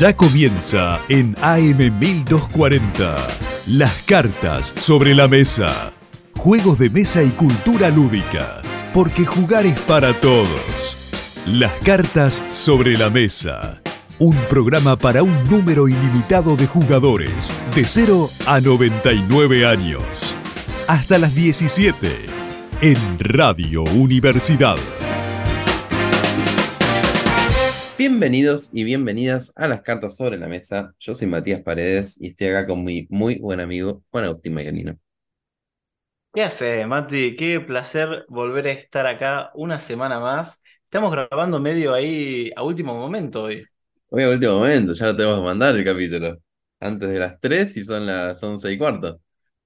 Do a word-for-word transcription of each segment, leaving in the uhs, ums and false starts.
Ya comienza en A M mil doscientos cuarenta. Las cartas sobre la mesa. Juegos de mesa y cultura lúdica. Porque jugar es para todos. Las cartas sobre la mesa. Un programa para un número ilimitado de jugadores. De cero a noventa y nueve años. Hasta las diecisiete. En Radio Universidad. Bienvenidos y bienvenidas a las cartas sobre la mesa. Yo soy Matías Paredes y estoy acá con mi muy buen amigo Juan Agustín Magalino. ¿Qué hace, Mati? Qué placer volver a estar acá una semana más. Estamos grabando medio ahí a último momento hoy. Hoy a último momento, ya lo tenemos que mandar el capítulo. Antes de las tres y son las once y cuarto.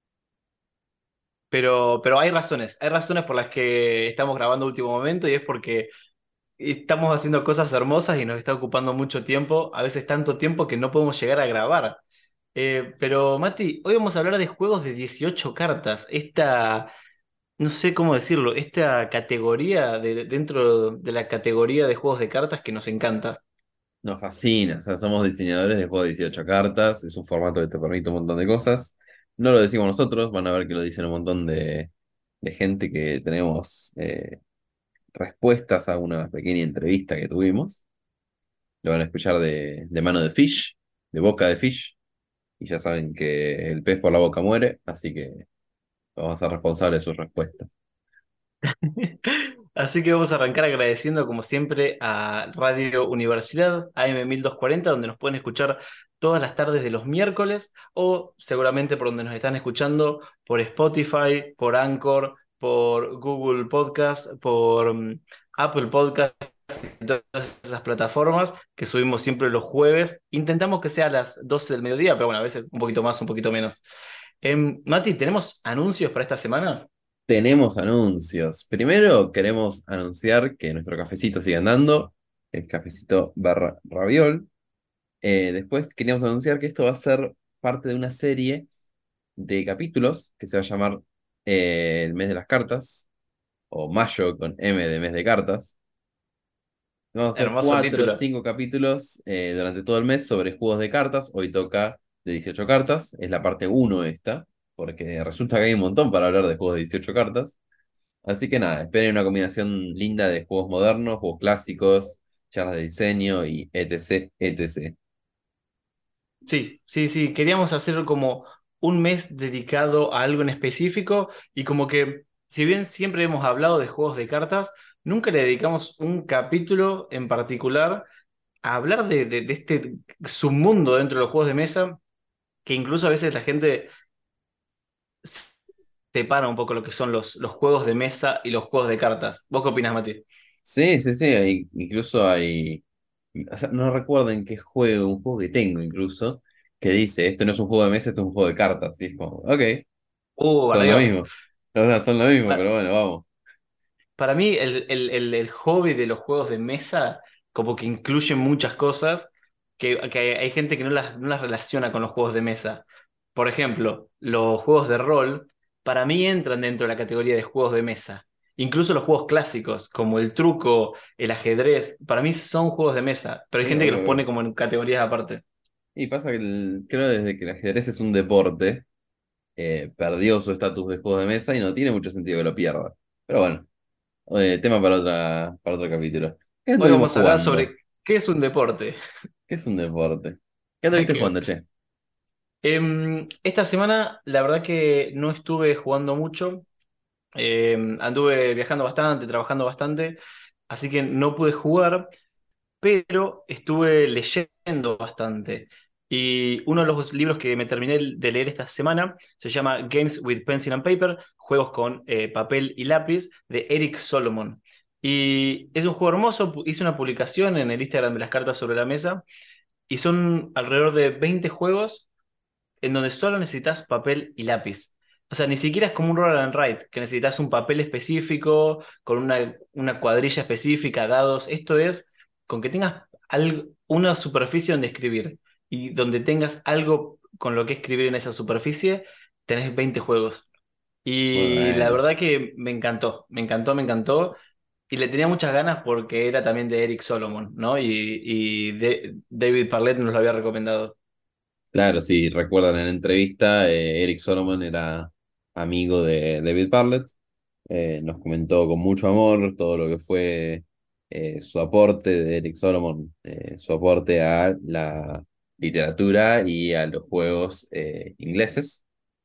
Pero, pero hay razones, hay razones por las que estamos grabando a último momento y es porque estamos haciendo cosas hermosas y nos está ocupando mucho tiempo, a veces tanto tiempo que no podemos llegar a grabar. Eh, pero Mati, hoy vamos a hablar de juegos de dieciocho cartas. Esta, no sé cómo decirlo, esta categoría de, dentro de la categoría de juegos de cartas que nos encanta. Nos fascina, o sea, somos diseñadores de juego de dieciocho cartas. Es un formato que te permite un montón de cosas. No lo decimos nosotros, van a ver que lo dicen un montón de, de gente que tenemos eh, respuestas a una pequeña entrevista que tuvimos. Lo van a escuchar de, de mano de Fish, de boca de Fish. Y ya saben que el pez por la boca muere, así que vamos a ser responsables de sus respuestas. Así que vamos a arrancar agradeciendo como siempre a Radio Universidad A M mil doscientos cuarenta, donde nos pueden escuchar todas las tardes de los miércoles o seguramente por donde nos están escuchando por Spotify, por Anchor, por Google Podcast, por um, Apple Podcast, todas esas plataformas que subimos siempre los jueves. Intentamos que sea a las doce del mediodía, pero bueno, a veces un poquito más, un poquito menos. Em, Mati, ¿tenemos anuncios para esta semana? Tenemos anuncios. Primero queremos anunciar que nuestro cafecito sigue andando, el cafecito barra raviol. Eh, después queríamos anunciar que esto va a ser parte de una serie de capítulos que se va a llamar eh, el mes de las cartas, o Mayo con M de mes de cartas. Vamos a hacer Hermoso cuatro o título. cinco capítulos eh, durante todo el mes sobre juegos de cartas. Hoy toca de dieciocho cartas. Es la parte uno esta, porque resulta que hay un montón para hablar de juegos de dieciocho cartas. Así que nada, esperen una combinación linda de juegos modernos, juegos clásicos, charlas de diseño y etc, etcétera. Sí, sí, sí, queríamos hacer como un mes dedicado a algo en específico y como que, si bien siempre hemos hablado de juegos de cartas, nunca le dedicamos un capítulo en particular a hablar de, de, de este submundo dentro de los juegos de mesa, que incluso a veces la gente separa un poco lo que son los, los juegos de mesa y los juegos de cartas. ¿Vos qué opinás, Mati? Sí, sí, sí, hay- incluso hay, o sea, no recuerdo en qué juego, un juego que tengo incluso, que dice, esto no es un juego de mesa, esto es un juego de cartas. Y es como, ok, Uh, son lo bardeó. mismo. O sea, son lo mismo, pero bueno, vamos. Para mí, el, el, el, el hobby de los juegos de mesa como que incluye muchas cosas que, que hay, hay gente que no las, no las relaciona con los juegos de mesa. Por ejemplo, los juegos de rol, para mí entran dentro de la categoría de juegos de mesa. Incluso los juegos clásicos, como el truco, el ajedrez, para mí son juegos de mesa, pero hay Sí, gente que obvio, los obvio. pone como en categorías aparte. Y pasa que el- creo desde que el ajedrez es un deporte, eh, perdió su estatus de juego de mesa y no tiene mucho sentido que lo pierda. Pero bueno, eh, tema para otra, para otro capítulo. ¿Qué Hoy estuvimos vamos a hablar jugando? sobre qué es un deporte. ¿Qué es un deporte? ¿Qué estuviste Que jugando, che? Em, esta semana, la verdad que no estuve jugando mucho. Em, anduve viajando bastante, trabajando bastante, así que no pude jugar, pero estuve leyendo bastante. Y uno de los libros que me terminé de leer esta semana se llama Games with Pencil and Paper, Juegos con eh, papel y lápiz, de Eric Solomon. Y es un juego hermoso. pu- Hice una publicación en el Instagram de las cartas sobre la mesa y son alrededor de veinte juegos en donde solo necesitas papel y lápiz. O sea, ni siquiera es como un roll and write, que necesitas un papel específico, con una, una cuadrilla específica, dados. Esto es con que tengas algo, una superficie donde escribir y donde tengas algo con lo que escribir en esa superficie, tenés veinte juegos. Y la Bueno, verdad que me encantó, me encantó, me encantó. y le tenía muchas ganas porque era también de Eric Solomon, ¿no? Y, y de- David Parlett nos lo había recomendado. Claro, si recuerdan en la entrevista, eh, Eric Solomon era amigo de David Parlett. Eh, nos comentó con mucho amor todo lo que fue eh, su aporte de Eric Solomon, eh, su aporte a la literatura y a los juegos eh, ingleses.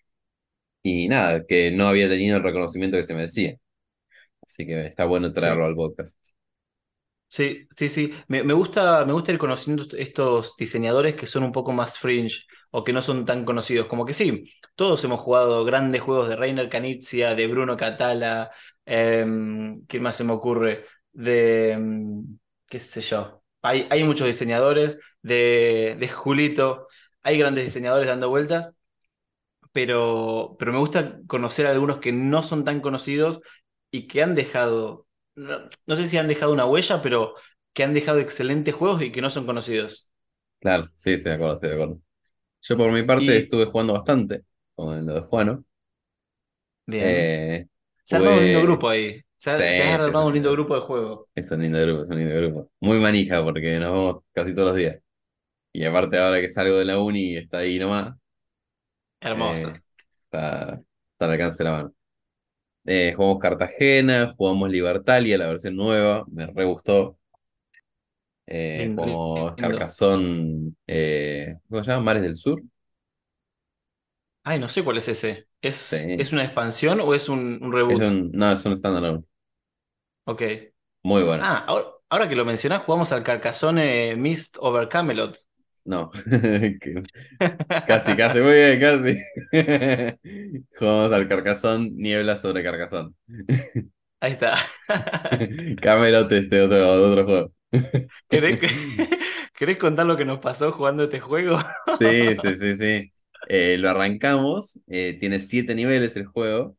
Y nada, que no había tenido el reconocimiento que se merecía. Así que está bueno traerlo Sí. al podcast. Sí, sí, sí. Me, me gusta, me gusta ir conociendo estos diseñadores que son un poco más fringe o que no son tan conocidos. Como que sí, todos hemos jugado grandes juegos de Reiner Knizia, de Bruno Catala, em, ¿qué más se me ocurre? De, em, qué sé yo. Hay, hay muchos diseñadores, de, de Julito, hay grandes diseñadores dando vueltas, pero, pero me gusta conocer algunos que no son tan conocidos y que han dejado, no, no sé si han dejado una huella, pero que han dejado excelentes juegos y que no son conocidos. Claro, sí, estoy de acuerdo, estoy de acuerdo. Yo por mi parte Y estuve jugando bastante con lo de Juano. bien, Eh, se ha armado un lindo jugué... grupo ahí. Se Sí, ha- te has sí, es armado un un lindo lindo, grupo de juego. es un lindo grupo, es un lindo grupo. Muy manija porque nos vemos casi todos los días. Y aparte ahora que salgo de la uni está ahí nomás, Hermoso. eh, está, está al alcance de la mano. Eh, jugamos Cartagena, jugamos Libertalia, la versión nueva, me re gustó. Eh, Lindo, jugamos lindo. Carcassonne, eh, ¿cómo se llama? Mares del Sur. Ay, no sé cuál es ese. ¿Es, Sí, es una expansión o es un, un es reboot? un, no, es un standalone. Ok. Muy bueno. Ah, ahora, ahora que lo mencionás, jugamos al Carcassonne Mist over Camelot. No, que- casi, casi, muy bien, casi. Jugamos al Carcassonne, Niebla sobre Carcassonne. Ahí está. Camelot este otro, otro juego. ¿Querés, ¿Querés contar lo que nos pasó jugando este juego? Sí, sí, sí, sí. Eh, lo arrancamos, eh, tiene siete niveles el juego.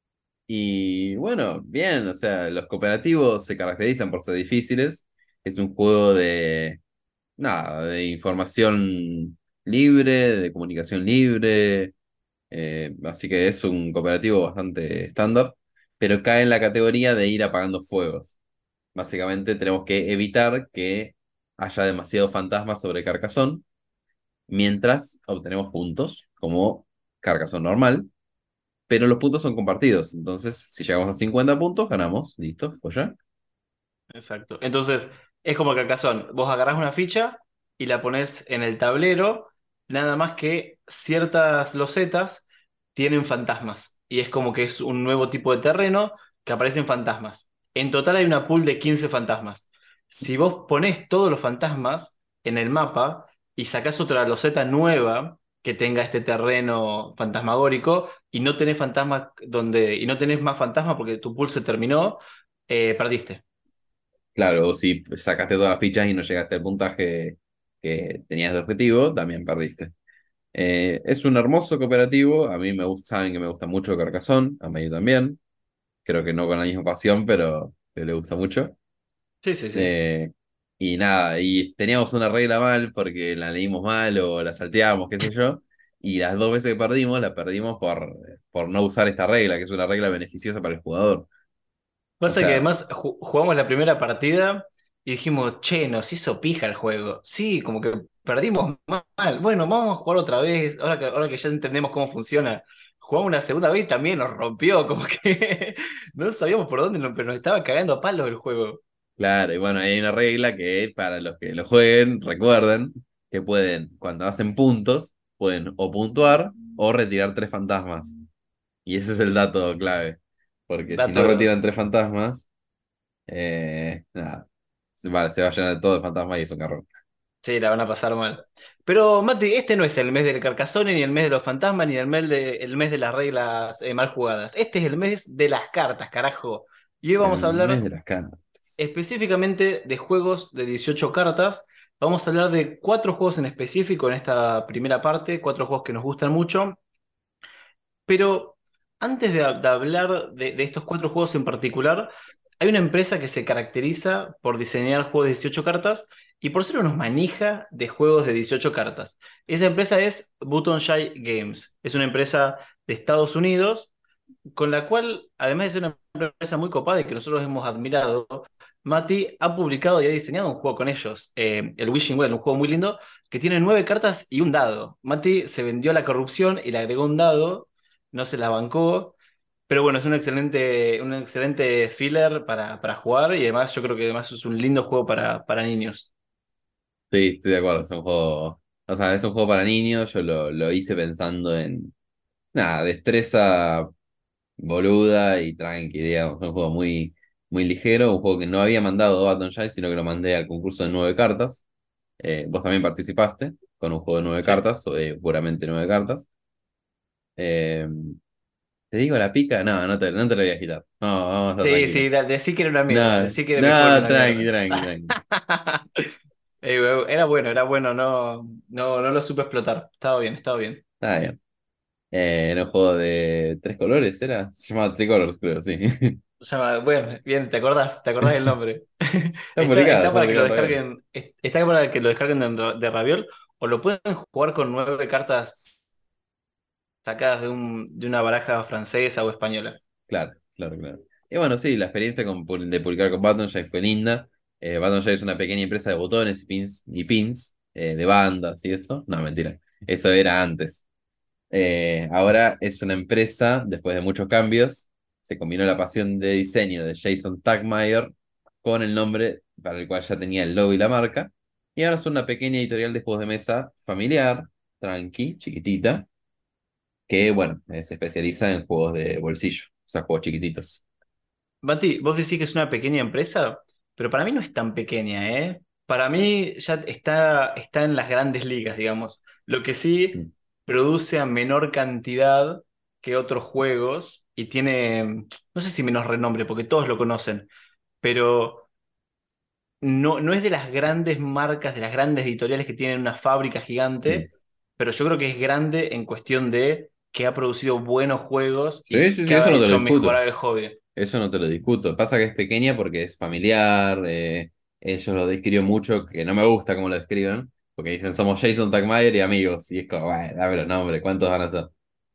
Y bueno, bien, o sea, los cooperativos se caracterizan por ser difíciles. Es un juego de, nada, de información libre, de comunicación libre. Eh, así que es un cooperativo bastante estándar, pero cae en la categoría de ir apagando fuegos. Básicamente tenemos que evitar que haya demasiados fantasmas sobre Carcassonne mientras obtenemos puntos como Carcassonne normal, pero los puntos son compartidos. Entonces, si llegamos a cincuenta puntos, ganamos. Listo, pues ya. Exacto. Entonces, es como Carcassonne. Vos agarrás una ficha y la pones en el tablero, nada más que ciertas losetas tienen fantasmas. Y es como que es un nuevo tipo de terreno que aparecen fantasmas. En total hay una pool de quince fantasmas. Si vos ponés todos los fantasmas en el mapa y sacás otra loseta nueva que tenga este terreno fantasmagórico y no tenés fantasmas donde, y no tenés más fantasmas porque tu pool se terminó, eh, perdiste. Claro, o si sacaste todas las fichas y no llegaste al puntaje que tenías de objetivo, también perdiste. Eh, es un hermoso cooperativo. A mí me gusta, saben que me gusta mucho Carcassonne, a Mayu también. Creo que no con la misma pasión, pero, pero le gusta mucho. Sí, sí, sí. Eh, y nada, y teníamos una regla mal porque la leímos mal o la salteábamos, qué sé yo. Y las dos veces que perdimos, la perdimos por, por no usar esta regla, que es una regla beneficiosa para el jugador. O Pasa que sea, además ju- jugamos la primera partida y dijimos, che, nos hizo pija el juego. Sí, como que perdimos mal. Bueno, vamos a jugar otra vez. Ahora que, ahora que ya entendemos cómo funciona. Jugamos una segunda vez y también nos rompió. Como que no sabíamos por dónde, no- pero nos estaba cagando a palos el juego. claro, y bueno, hay una regla que para los que lo jueguen, recuerden que pueden, cuando hacen puntos, pueden o puntuar o retirar tres fantasmas. Y ese es el dato clave. Porque si no Dato. retiran tres fantasmas, eh, nada, se va, se va a llenar todo de fantasmas y es un carrón. Sí, la van a pasar mal. Pero, Mati, este no es el mes del Carcassonne, ni el mes de los fantasmas, ni el mes de, el mes de las reglas eh, mal jugadas. Este es el mes de las cartas, carajo. Y hoy El vamos a mes hablar de las cartas. específicamente de juegos de dieciocho cartas. Vamos a hablar de cuatro juegos en específico en esta primera parte, cuatro juegos que nos gustan mucho. Pero antes de, de hablar de, de estos cuatro juegos en particular, hay una empresa que se caracteriza por diseñar juegos de dieciocho cartas y por ser unos manija de juegos de dieciocho cartas. Esa empresa es Button Shy Games. Es una empresa de Estados Unidos con la cual, además de ser una empresa muy copada y que nosotros hemos admirado, Mati ha publicado y ha diseñado un juego con ellos, eh, el Wishing Well, un juego muy lindo, que tiene nueve cartas y un dado. Mati se vendió a la corrupción y le agregó un dado, no se la bancó, pero bueno, es un excelente, un excelente filler para, para jugar y además yo creo que además es un lindo juego para, para niños. Sí, estoy de acuerdo, es un juego, o sea, es un juego para niños, yo lo, lo hice pensando en, nada, destreza boluda y tranqui, digamos, un juego muy, muy ligero, un juego que no había mandado a Baton Shy, sino que lo mandé al concurso de nueve cartas. Eh, vos también participaste con un juego de nueve Sí, cartas, o de puramente nueve cartas. Eh, ¿Te digo la pica? No, no te, no te lo voy a agitar. No, vamos a estar sí, tranquilos. sí, da- decí que era una mierda, No, decí que mi juego era no, una tranqui, mierda. tranqui, tranqui. Eh, Era bueno, era bueno, no, no, no lo supe explotar. Estaba bien, estaba bien. Está bien. Eh, era un juego de tres colores, ¿era? Se llamaba Tricolors, creo, sí. Se llama- bueno, bien, te acordás, te acordás del nombre. Está Está, publicado, está está para que lo publicado en Ravel. descarguen, es- está para que lo descarguen de, Ra- de Raviol, o lo pueden jugar con nueve cartas sacadas de un, de una baraja francesa o española. Claro, claro, claro. Y bueno, sí, la experiencia con pu- de publicar con Baton Shy fue linda. Eh, Baton Shy es una pequeña empresa de botones y pins, y pins eh, de bandas y eso. No, mentira. Eso era antes. Eh, ahora es una empresa, después de muchos cambios, se combinó la pasión de diseño de Jason Tagmeyer con el nombre para el cual ya tenía el logo y la marca. Y ahora es una pequeña editorial de juegos de mesa familiar, tranqui, chiquitita, que bueno, eh, se especializa en juegos de bolsillo, o sea, juegos chiquititos. Mati, vos decís que es una pequeña empresa, pero para mí no es tan pequeña, ¿eh? Para mí ya está, está en las grandes ligas, digamos. Lo que sí Mm, produce a menor cantidad que otros juegos y tiene, no sé si menos renombre, porque todos lo conocen, pero no, no es de las grandes marcas, de las grandes editoriales que tienen una fábrica mm. gigante, pero yo creo que es grande en cuestión de que ha producido buenos juegos Sí, y sí, sí, que eso ha no te lo hecho discuto. mejorar el hobby. Eso no te lo discuto. Pasa que es pequeña porque es familiar. Eh, ellos lo describen mucho, que no me gusta cómo lo describen, porque dicen somos Jason Tagmeyer y amigos. Y es como, bueno, dame los nombres, ¿cuántos van a ser?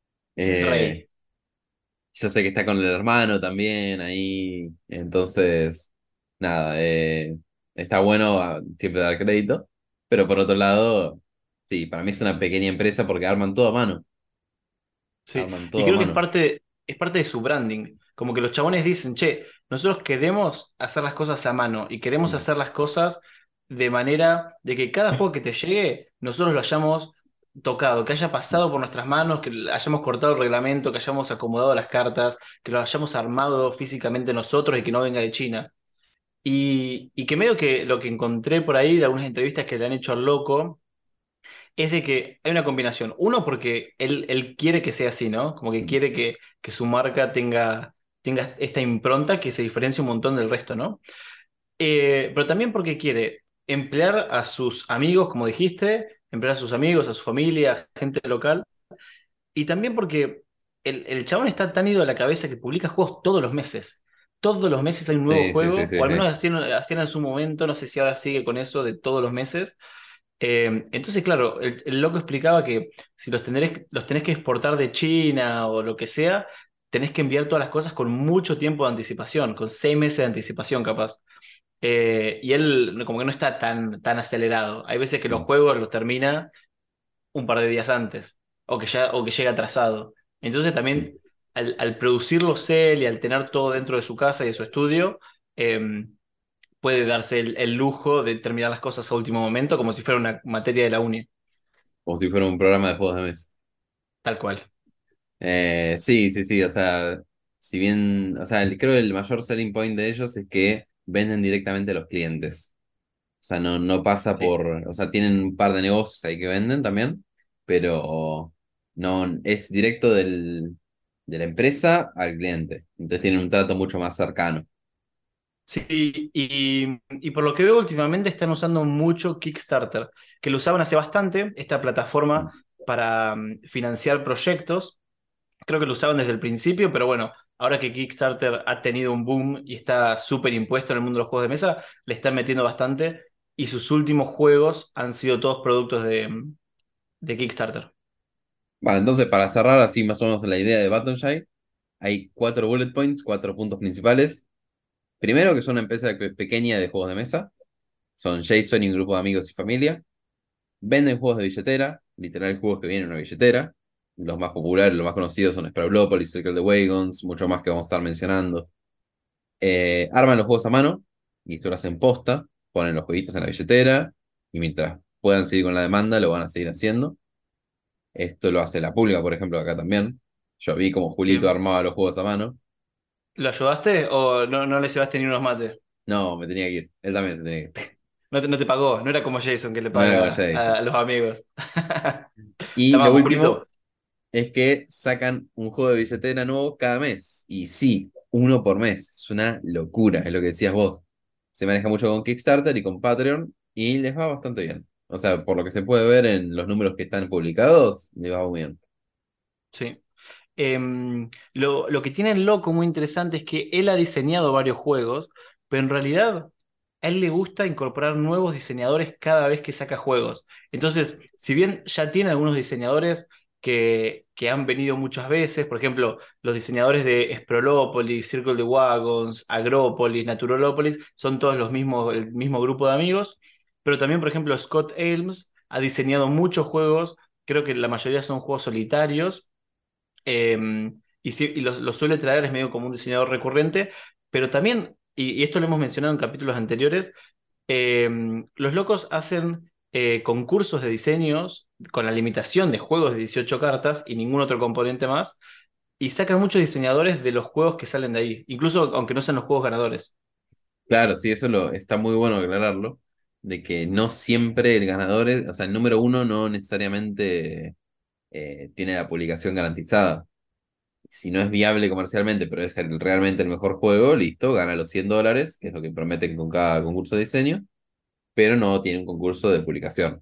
Eh, Rey. yo sé que está con el hermano también ahí. Entonces, nada, eh, está bueno ah, siempre dar crédito. Pero por otro lado, sí, para mí es una pequeña empresa porque arman todo a mano. Sí, Arman y todo a creo que es mano. parte, es parte de su branding. Como que los chabones dicen, che, nosotros queremos hacer las cosas a mano y queremos Mm, hacer las cosas de manera de que cada juego que te llegue, nosotros lo hayamos tocado, que haya pasado por nuestras manos, que hayamos cortado el reglamento, que hayamos acomodado las cartas, que lo hayamos armado físicamente nosotros y que no venga de China. Y, y que medio que lo que encontré por ahí de algunas entrevistas que le han hecho al loco es de que hay una combinación. Uno, porque él, él quiere que sea así, ¿no? Como que mm, quiere que, que su marca tenga, tenga esta impronta que se diferencia un montón del resto, ¿no? Eh, pero también porque quiere emplear a sus amigos, como dijiste, emplear a sus amigos, a su familia, a gente local, y también porque el, el chabón está tan ido a la cabeza que publica juegos todos los meses. Todos los meses hay un nuevo sí, sí, sí, juego, o sí, al menos sí. hacían, hacían en su momento, no sé si ahora sigue con eso de todos los meses. Eh, entonces, claro, el, el loco explicaba que si los tenés, los tenés que exportar de China o lo que sea, tenés que enviar todas las cosas con mucho tiempo de anticipación, con seis meses de anticipación capaz. Eh, y él como que no está tan, tan acelerado. Hay veces que los Mm, juegos los termina un par de días antes, o que, ya, o que llega atrasado. Entonces mm. también al, al producirlos él y al tener todo dentro de su casa y de su estudio, eh, puede darse el, el lujo de terminar las cosas a último momento como si fuera una materia de la uni. Como si fuera un programa de juegos de mesa. Tal cual. Eh, sí, sí, sí, o sea, si bien, o sea, el- creo que el mayor selling point de ellos es que venden directamente a los clientes. O sea, no, no pasa Sí. por, o sea, tienen un par de negocios ahí que venden también, pero no, es directo del, de la empresa al cliente. Entonces tienen un trato mucho más cercano. Sí, y, y por lo que veo últimamente están usando mucho Kickstarter, que lo usaban hace bastante, esta plataforma para mm, financiar proyectos. Creo que lo usaban desde el principio, pero bueno, ahora que Kickstarter ha tenido un boom y está súper impuesto en el mundo de los juegos de mesa, le están metiendo bastante y sus últimos juegos han sido todos productos de, mm, de Kickstarter. Vale, entonces para cerrar así más o menos la idea de Battleshy, hay cuatro bullet points, cuatro puntos principales. Primero, que es una empresa que- pequeña de juegos de mesa. Son Jason y un grupo de amigos y familia. Venden juegos de billetera, literal juegos que vienen en una billetera. Los más populares, los más conocidos son Sprawlopolis, Circle the Wagons, mucho más que vamos a estar mencionando. Eh, arman los juegos a mano y esto lo hacen posta, ponen los jueguitos en la billetera y mientras puedan seguir con la demanda lo van a seguir haciendo. Esto lo hace la Pulga, por ejemplo, acá también. Yo vi como Julito Bien. armaba los juegos a mano. ¿Lo ayudaste o no, no le llevaste ni unos mates? No, me tenía que ir. Él también se tenía que ir. No te, no te pagó, no era como Jason que le No era como paga a, Jason. a los amigos. Está Y lo vamos, último Julito. es que sacan un juego de billetera nuevo cada mes. Y sí, uno por mes. Es una locura, es lo que decías vos. Se maneja mucho con Kickstarter y con Patreon y les va bastante bien. O sea, por lo que se puede ver en los números que están publicados, les va muy bien. Sí. Em, lo, lo que tiene el loco muy interesante es que él ha diseñado varios juegos, pero en realidad a él le gusta incorporar nuevos diseñadores cada vez que saca juegos. Entonces, si bien ya tiene algunos diseñadores que, que han venido muchas veces, por ejemplo, los diseñadores de Sprolopolis, Circle the Wagons, Agropolis, Naturalopolis, son todos los mismos, el mismo grupo de amigos, pero también, por ejemplo, Scott Ames ha diseñado muchos juegos, creo que la mayoría son juegos solitarios eh, y sí, y lo, lo suele traer, es medio como un diseñador recurrente, pero también, y, y esto lo hemos mencionado en capítulos anteriores, eh, los locos hacen eh, concursos de diseños con la limitación de juegos de dieciocho cartas y ningún otro componente más, y sacan muchos diseñadores de los juegos que salen de ahí, incluso aunque no sean los juegos ganadores. Claro, sí, eso lo, está muy bueno aclararlo, de que no siempre el ganador es, o sea, el número uno no necesariamente eh, tiene la publicación garantizada. Si no es viable comercialmente, pero es el- realmente el mejor juego, listo, gana los cien dólares, que es lo que prometen con cada concurso de diseño, pero no tiene un concurso de publicación.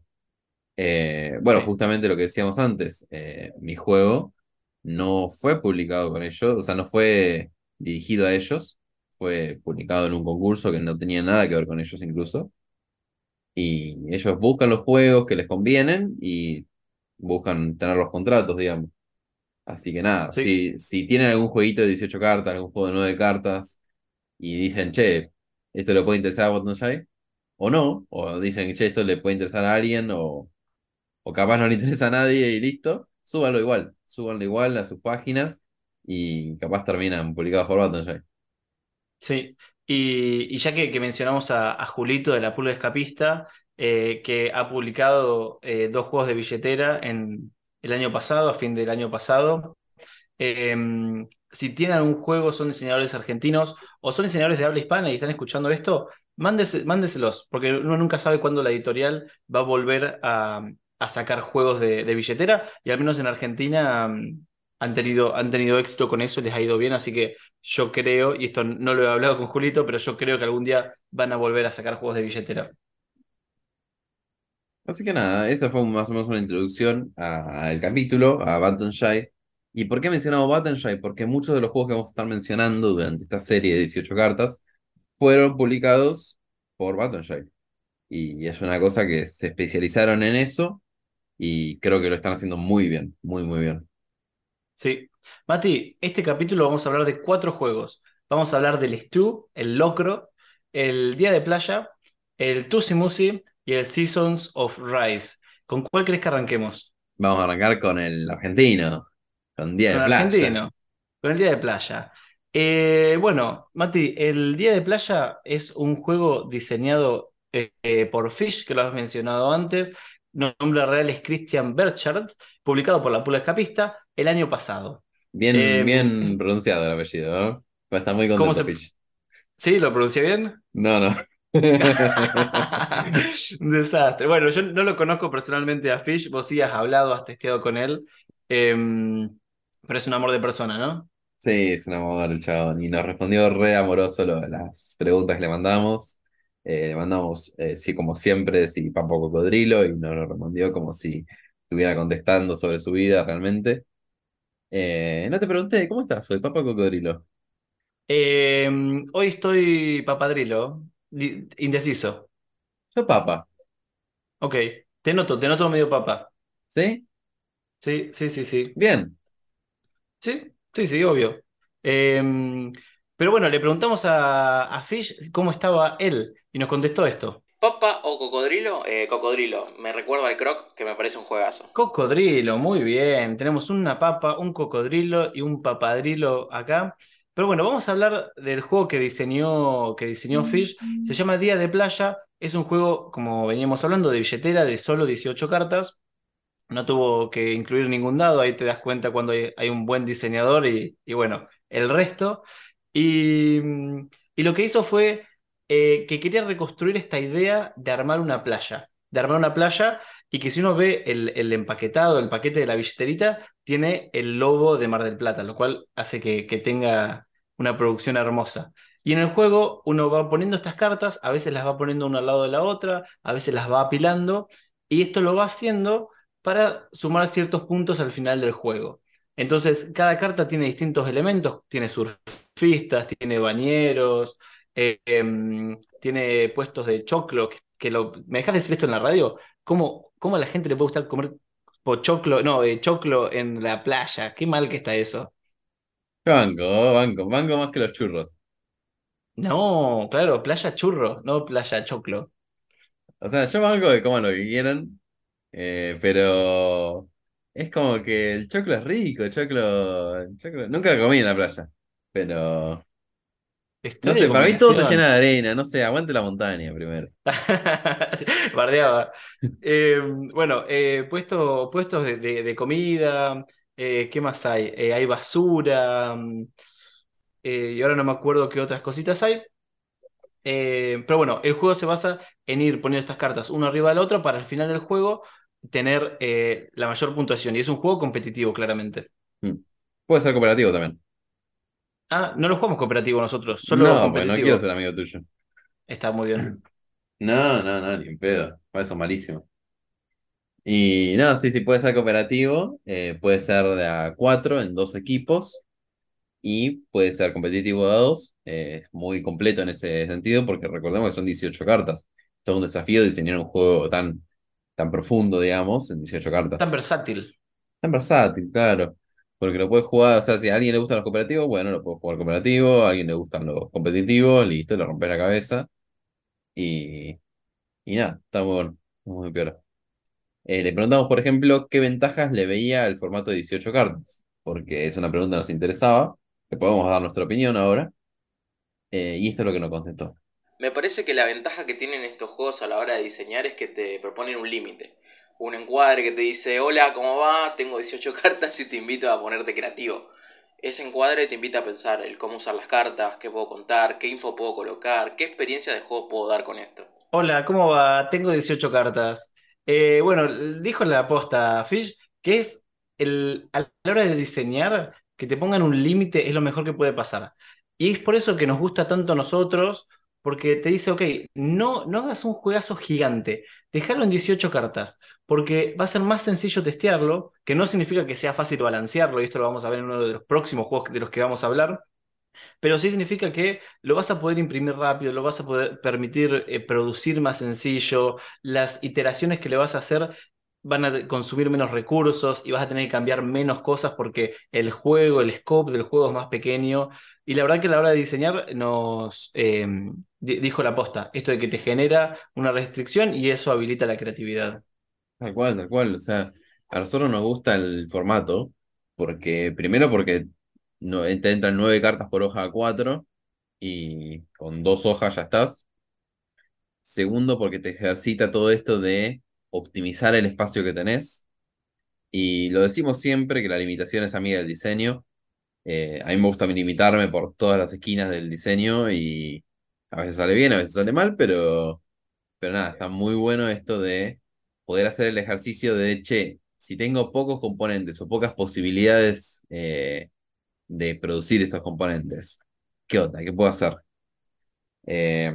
Eh, bueno, Sí, justamente lo que decíamos antes, eh, mi juego no fue publicado con ellos, o sea, no fue dirigido a ellos, fue publicado en un concurso que no tenía nada que ver con ellos incluso, y ellos buscan los juegos que les convienen y buscan tener los contratos, digamos. Así que nada, sí, si, si tienen algún jueguito de dieciocho cartas, algún juego de nueve cartas, y dicen, che, esto le puede interesar a Bottomshy, o no, o dicen, che, esto le puede interesar a alguien, o, o capaz no le interesa a nadie y listo, súbanlo igual, súbanlo igual a sus páginas y capaz terminan publicados por Bottomshy. sí. Y, y ya que, que mencionamos a, a Julito de la Pulga Escapista, eh, que ha publicado eh, dos juegos de billetera en el año pasado, a fin del año pasado. Eh, si tienen algún juego, son diseñadores argentinos o son diseñadores de habla hispana y están escuchando esto, mándese- mándeselos, porque uno nunca sabe cuándo la editorial va a volver a, a sacar juegos de, de billetera y al menos en Argentina mm, han tenido, han tenido éxito con eso y les ha ido bien, así que yo creo, y esto no lo he hablado con Julito, pero yo creo que algún día van a volver a sacar juegos de billetera. Así que nada, esa fue más o menos una introducción a- al capítulo, a Bottomshy. ¿Y por qué mencionamos Bottomshy? Porque muchos de los juegos que vamos a estar mencionando durante esta serie de dieciocho cartas fueron publicados por Bottomshy. Y es una cosa que se especializaron en eso y creo que lo están haciendo muy bien, muy, muy bien. Sí. Mati, este capítulo vamos a hablar de cuatro juegos. Vamos a hablar del Stew, el Locro, el Día de Playa, el Tusi Musi y el Seasons of Rice. ¿Con cuál crees que arranquemos? Vamos a arrancar con el argentino, con Día Con de el Playa. argentino, con el Día de Playa. Eh, bueno, Mati, el Día de Playa es un juego diseñado eh, eh, por Fish, que lo has mencionado antes. Nombre real es Christian Berchard, publicado por la Pula Escapista el año pasado. Bien, Eh, bien pronunciado el apellido, ¿no? Va a estar muy ¿Cómo contento, se, Fish. ¿Sí? ¿Lo pronuncié bien? No, no. Un desastre. Bueno, yo no lo conozco personalmente a Fish, vos sí has hablado, has testeado con él, em, pero es un amor de persona, ¿no? Sí, es un amor el chabón. Y nos respondió re amoroso lo de las preguntas que le mandamos. Eh, le mandamos, eh, sí, como siempre, sí, Papo Cocodrilo, y nos lo respondió como si estuviera contestando sobre su vida realmente. Eh, no te pregunté, ¿cómo estás? Soy Papa Cocodrilo. Em, hoy estoy papadrilo, di- indeciso. Yo Papa, Ok, te noto, te noto medio papa. ¿sí? Sí, sí, sí, sí. Bien. Sí, sí, sí, obvio. Em, pero bueno, le preguntamos a, a Fish cómo estaba él y nos contestó esto. ¿Papa o cocodrilo? Eh, cocodrilo. Me recuerda al Croc, que me parece un juegazo. Cocodrilo, muy bien. Tenemos una papa, un cocodrilo y un papadrilo acá. Pero bueno, vamos a hablar del juego que diseñó, que diseñó Fish. Se llama Día de Playa. Es un juego, como veníamos hablando, de billetera de solo dieciocho cartas. No tuvo que incluir ningún dado, ahí te das cuenta cuando hay, hay un buen diseñador y, y bueno, el resto. Y, mm, y lo que hizo fue eh, que quería reconstruir esta idea de armar una playa, de armar una playa y que si uno ve el, el empaquetado, el paquete de la billeterita, tiene el logo de Mar del Plata, lo cual hace que, que tenga una producción hermosa. Y en el juego uno va poniendo estas cartas, a veces las va poniendo una al lado de la otra, a veces las va apilando, y esto lo va haciendo para sumar ciertos puntos al final del juego. Entonces, cada carta tiene distintos elementos, tiene surfistas, tiene bañeros, eh, em, tiene puestos de choclo, que, que lo, ¿me dejas decir esto en la radio? ¿Cómo, cómo a la gente le puede gustar comer pochoclo, no, eh, choclo en la playa? Qué mal que está eso. Yo banco, banco, banco más que los churros. No, claro, playa churro, no playa choclo. O sea, yo banco que coman lo que quieran, eh, pero es como que el choclo es rico, el choclo, el choclo... Nunca lo comí en la playa, pero no Extraña sé, para mí todo se combinación. llena de arena, no sé, aguante la montaña primero. Bardeaba. Eh, bueno, eh, puesto- puestos de, de- de comida, eh, ¿qué más hay? Eh, hay basura, mm, eh, y ahora no me acuerdo qué otras cositas hay. Eh, pero bueno, el juego se basa en ir poniendo estas cartas uno arriba del otro para al final del juego tener eh, la mayor puntuación. Y es un juego competitivo, claramente. Mm. Puede ser cooperativo también. Ah, no lo jugamos cooperativo nosotros, solo No, pues no quiero competitivo. ser amigo tuyo. Está muy bien. No, no, no, ni en pedo. Para eso es malísimo. Y no, sí, sí, puede ser cooperativo, eh, puede ser de a cuatro en dos equipos y puede ser competitivo de a dos. Eh, es muy completo en ese sentido porque recordemos que son dieciocho cartas. Es un desafío diseñar un juego tan, tan profundo, digamos, en dieciocho cartas. Tan versátil. Tan versátil, claro. Porque lo puedes jugar, o sea, si a alguien le gustan los cooperativos, bueno, lo puedes jugar cooperativo, a alguien le gustan los competitivos, listo, le rompes la cabeza y, y nada, está muy bueno, muy peor. Eh, le preguntamos, por ejemplo, qué ventajas le veía al formato de dieciocho cartas, porque es una pregunta que nos interesaba, que podemos dar nuestra opinión ahora, eh, y esto es lo que nos contestó. Me parece que la ventaja que tienen estos juegos a la hora de diseñar es que te proponen un límite. Un encuadre que te dice, hola, ¿cómo va? Tengo dieciocho cartas y te invito a ponerte creativo. Ese encuadre te invita a pensar el cómo usar las cartas, qué puedo contar, qué info puedo colocar, qué experiencia de juego puedo dar con esto. Hola, ¿cómo va? Tengo dieciocho cartas. Eh, bueno, dijo en la posta Fish que es el, a la hora de diseñar, que te pongan un límite es lo mejor que puede pasar. Y es por eso que nos gusta tanto a nosotros, porque te dice, ok, no, no hagas un juegazo gigante, déjalo en dieciocho cartas, porque va a ser más sencillo testearlo, que no significa que sea fácil balancearlo, y esto lo vamos a ver en uno de los próximos juegos de los que vamos a hablar, pero sí significa que lo vas a poder imprimir rápido, lo vas a poder permitir eh, producir más sencillo, las iteraciones que le vas a hacer van a consumir menos recursos y vas a tener que cambiar menos cosas porque el juego, el scope del juego es más pequeño. Y la verdad que a la hora de diseñar nos eh, di- dijo la posta, esto de que te genera una restricción y eso habilita la creatividad. Tal cual, tal cual, o sea, a nosotros nos gusta el formato, porque primero porque no, te entran nueve cartas por hoja a cuatro, y con dos hojas ya estás. Segundo, porque te ejercita todo esto de optimizar el espacio que tenés. Y lo decimos siempre que la limitación es amiga del diseño. Eh, a mí me gusta limitarme por todas las esquinas del diseño y a veces sale bien, a veces sale mal, pero, pero nada, está muy bueno esto de poder hacer el ejercicio de, che, si tengo pocos componentes o pocas posibilidades eh, de producir estos componentes, ¿qué onda? ¿Qué puedo hacer? Eh,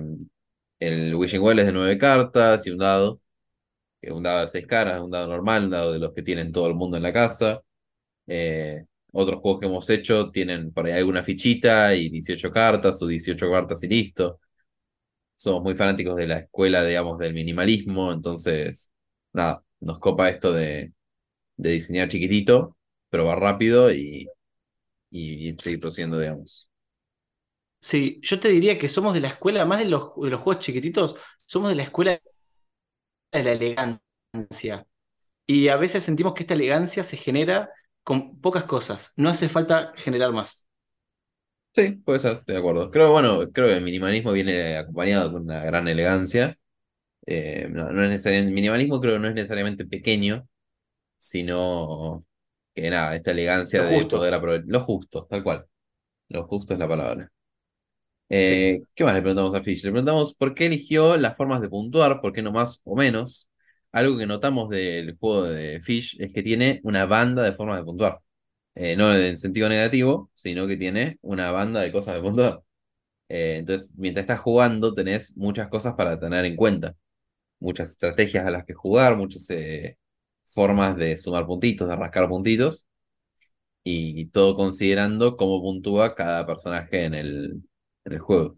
el Wishing Well es de nueve cartas y un dado, que es un dado de seis caras, un dado normal, un dado de los que tienen todo el mundo en la casa. Eh, Otros juegos que hemos hecho tienen por ahí alguna fichita y dieciocho cartas o dieciocho cartas y listo. Somos muy fanáticos de la escuela, digamos, del minimalismo, entonces, nada, nos copa esto de, de diseñar chiquitito, probar rápido y, y, y seguir produciendo, digamos. Sí, yo te diría que somos de la escuela, más de los, de los juegos chiquititos, somos de la escuela de la elegancia. Y a veces sentimos que esta elegancia se genera con pocas cosas. No hace falta generar más. Sí, puede ser, estoy de acuerdo. Creo, bueno, creo que el minimalismo viene acompañado con una gran elegancia. Eh, no, no es necesariamente, minimalismo creo que no es necesariamente pequeño, sino que nada, esta elegancia Lo de poder justo. aprovechar. Lo justo, tal cual. Lo justo es la palabra. Sí. Eh, ¿qué más le preguntamos a Fish? Le preguntamos por qué eligió las formas de puntuar, por qué no más o menos. Algo que notamos del juego de Fish es que tiene una banda de formas de puntuar. Eh, no en sentido negativo, sino que tiene una banda de cosas de puntuar. Eh, entonces, mientras estás jugando, tenés muchas cosas para tener en cuenta. Muchas estrategias a las que jugar, muchas eh, formas de sumar puntitos, de rascar puntitos, y todo considerando cómo puntúa cada personaje en el, en el juego.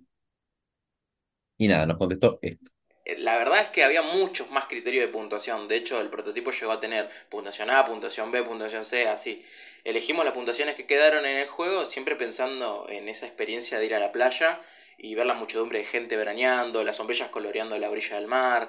Y nada, nos contestó esto. La verdad es que había muchos más criterios de puntuación. De hecho, el prototipo llegó a tener puntuación A, puntuación B, puntuación C, así. Elegimos las puntuaciones que quedaron en el juego, siempre pensando en esa experiencia de ir a la playa y ver la muchedumbre de gente veraneando, las sombrillas coloreando la orilla del mar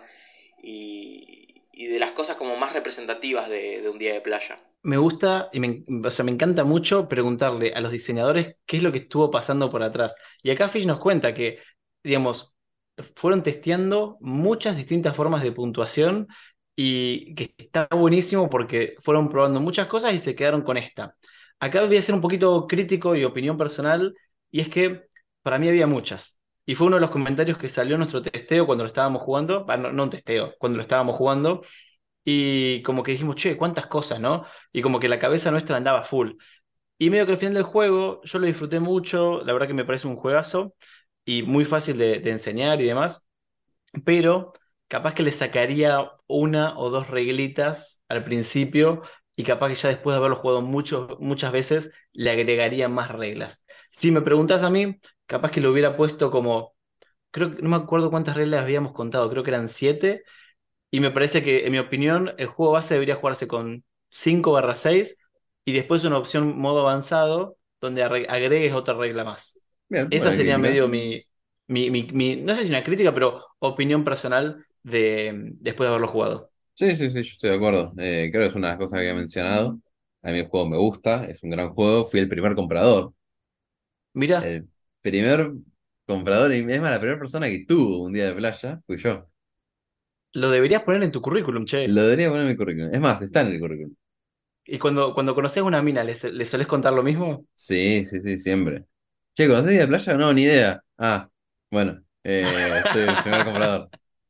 y, y de las cosas como más representativas de, de un día de playa. Me gusta y me, o sea, me encanta mucho preguntarle a los diseñadores qué es lo que estuvo pasando por atrás. Y acá Fish nos cuenta que, digamos, fueron testeando muchas distintas formas de puntuación y que está buenísimo porque fueron probando muchas cosas y se quedaron con esta. Acá voy a ser un poquito crítico y opinión personal, y es que para mí había muchas. Y fue uno de los comentarios que salió en nuestro testeo cuando lo estábamos jugando, ah, no, no un testeo, cuando lo estábamos jugando, y como que dijimos, che, cuántas cosas, ¿no? Y como que la cabeza nuestra andaba full. Y medio que al final del juego yo lo disfruté mucho, la verdad que me parece un juegazo y muy fácil de, de enseñar y demás, pero capaz que le sacaría una o dos reglitas al principio y capaz que ya después de haberlo jugado mucho, muchas veces le agregaría más reglas. Si me preguntas a mí, capaz que lo hubiera puesto como, creo que no me acuerdo cuántas reglas habíamos contado, creo que eran siete, y me parece que, en mi opinión, el juego base debería jugarse con cinco barra seis y después una opción modo avanzado donde arre- agregues otra regla más. Bien, Esa buena sería crítica. medio mi, mi, mi, mi- no sé si una crítica, pero opinión personal de, después de haberlo jugado. Sí, sí, sí, yo estoy de acuerdo. Eh, creo que es una de las cosas que había mencionado. A mí el juego me gusta, es un gran juego. Fui el primer comprador. Mira, El primer comprador, y es más, la primera persona que tuvo un día de playa fui yo. lo deberías poner en tu currículum, che. Lo debería poner en mi currículum. Es más, está en el currículum. Y cuando, cuando conoces a una mina, ¿le, le solés contar lo mismo? Sí, sí, sí, siempre. Che, ¿conocés día de playa? No, ni idea. Ah, bueno, eh, soy el primer comprador.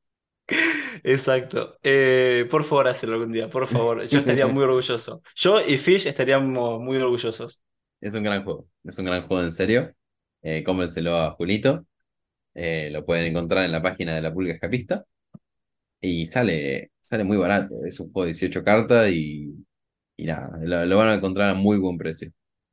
Exacto. Eh, por favor, hazlo algún día, por favor. Yo estaría muy orgulloso. Yo y Fish estaríamos muy orgullosos. Es un gran juego. Es un gran juego en serio. Eh, cómprenselo a Julito. Eh, lo pueden encontrar en la página de la Pulga Escapista. Y sale, sale muy barato. Es un juego de dieciocho cartas y, y nada, lo, lo van a encontrar a muy buen precio.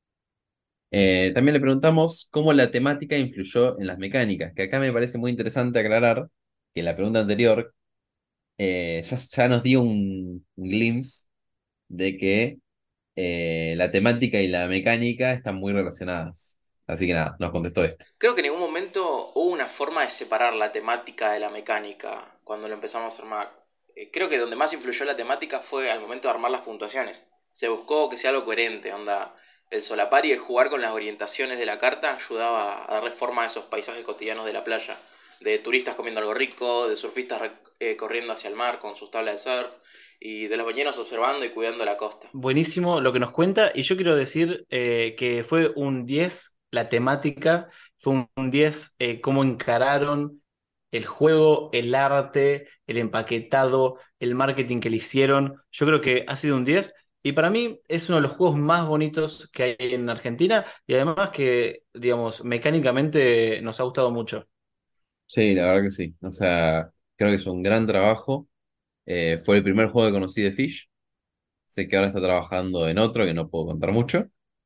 Eh, también le preguntamos cómo la temática influyó en las mecánicas, que acá me parece muy interesante aclarar que en la pregunta anterior eh, ya, ya nos dio un, un glimpse de que eh, la temática y la mecánica están muy relacionadas. Así que nada, nos contestó esto. Creo que en ningún momento hubo una forma de separar la temática de la mecánica cuando lo empezamos a armar. Eh, creo que donde más influyó la temática fue al momento de armar las puntuaciones. Se buscó que sea algo coherente, onda. El solapar y el jugar con las orientaciones de la carta ayudaba a darle forma a esos paisajes cotidianos de la playa. De turistas comiendo algo rico, de surfistas rec- eh, corriendo hacia el mar con sus tablas de surf, y de los ballenos observando y cuidando la costa. Buenísimo lo que nos cuenta. Y yo quiero decir eh, que fue un diez la temática, fue un, un diez eh, cómo encararon el juego, el arte, el empaquetado, el marketing que le hicieron. Yo creo que ha sido un diez. Y para mí es uno de los juegos más bonitos que hay en Argentina. Y además que, digamos, mecánicamente nos ha gustado mucho. Sí, la verdad que sí. O sea, creo que es un gran trabajo. Eh, fue el primer juego que conocí de Fish. Sé que ahora está trabajando en otro que no puedo contar mucho,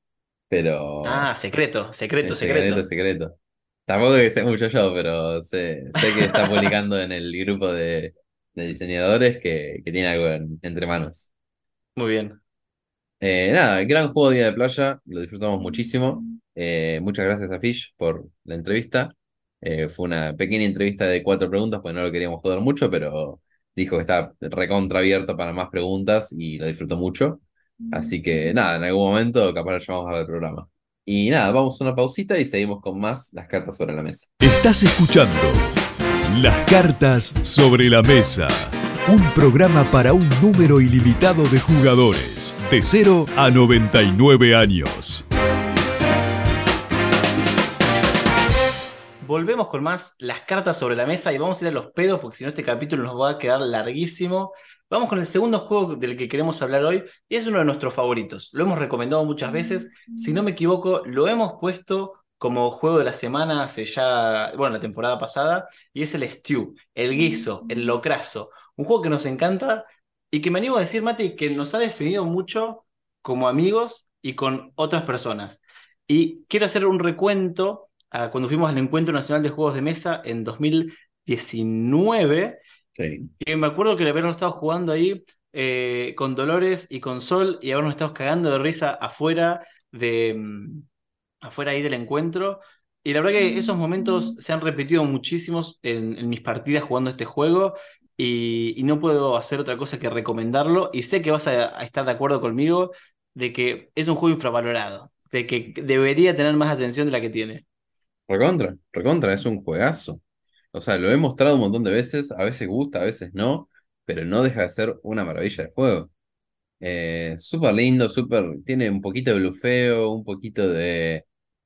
pero Ah, secreto, secreto, es secreto, es secreto. secreto. Tampoco que sé mucho yo, pero sé, sé que está publicando en el grupo de, de diseñadores que, que tiene algo en- entre manos. Muy bien. Eh, nada, gran juego de día de playa, lo disfrutamos muchísimo. Eh, muchas gracias a Fish por la entrevista. Eh, fue una pequeña entrevista de cuatro preguntas, pues no lo queríamos joder mucho, pero dijo que está recontra abierto para más preguntas y lo disfrutó mucho. Así que nada, en algún momento capaz lo llamamos al programa. Y nada, vamos a una pausita y seguimos con más las cartas sobre la mesa. Estás escuchando Las cartas sobre la mesa, un programa para un número ilimitado de jugadores, de cero a noventa y nueve años. Volvemos con más las cartas sobre la mesa y vamos a ir a los pedos porque si no este capítulo nos va a quedar larguísimo. Vamos con el segundo juego del que queremos hablar hoy y es uno de nuestros favoritos. Lo hemos recomendado muchas veces. Si no me equivoco, lo hemos puesto como juego de la semana hace ya, bueno, la temporada pasada y es el Stew, el guiso, el locrazo. Un juego que nos encanta y que me animo a decir, Mati, que nos ha definido mucho como amigos y con otras personas. Y quiero hacer un recuento a cuando fuimos al Encuentro Nacional de Juegos de Mesa en dos mil diecinueve, Sí. y me acuerdo que le habíamos estado jugando ahí eh, con Dolores y con Sol y habernos estado cagando de risa afuera de mm, afuera ahí del encuentro. Y la verdad que esos momentos se han repetido muchísimos en, en mis partidas jugando este juego y, y no puedo hacer otra cosa que recomendarlo. Y sé que vas a, a estar de acuerdo conmigo de que es un juego infravalorado, de que debería tener más atención de la que tiene. Recontra, recontra, es un juegazo. O sea, lo he mostrado un montón de veces, a veces gusta, a veces no, pero no deja de ser una maravilla de juego. Eh, súper lindo, súper, tiene un poquito de blufeo, un poquito de,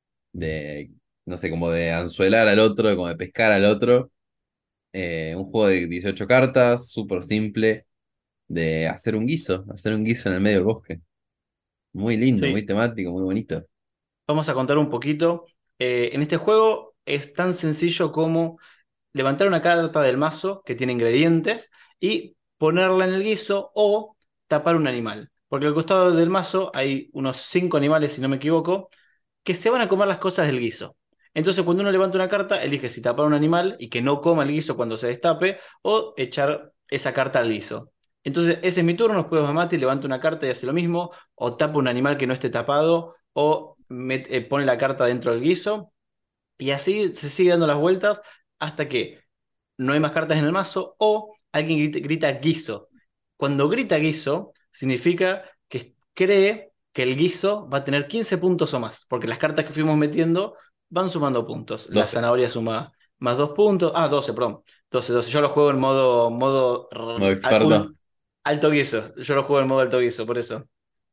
de, no sé, como de anzuelar al otro, como de pescar al otro. Eh, un juego de dieciocho cartas, súper simple, de hacer un guiso, hacer un guiso en el medio del bosque. Muy lindo, muy Sí. temático, muy bonito. Vamos a contar un poquito. Eh, en este juego es tan sencillo como levantar una carta del mazo que tiene ingredientes y ponerla en el guiso o tapar un animal. Porque al costado del mazo hay unos cinco animales, si no me equivoco, que se van a comer las cosas del guiso. Entonces, cuando uno levanta una carta, elige si tapar un animal y que no coma el guiso cuando se destape o echar esa carta al guiso. Entonces, ese es mi turno, después Mamati levanta una carta y hace lo mismo, o tapa un animal que no esté tapado, o met- eh, pone la carta dentro del guiso, y así se sigue dando las vueltas hasta que no hay más cartas en el mazo o alguien grita, grita guiso. Cuando grita guiso, significa que cree que el guiso va a tener quince puntos o más, porque las cartas que fuimos metiendo van sumando puntos. La doce, zanahoria suma más dos puntos, ah, doce, perdón. doce, doce. Yo lo juego en modo, modo modo r- a- experto. ul- alto guiso. Yo lo juego en modo alto guiso, por eso.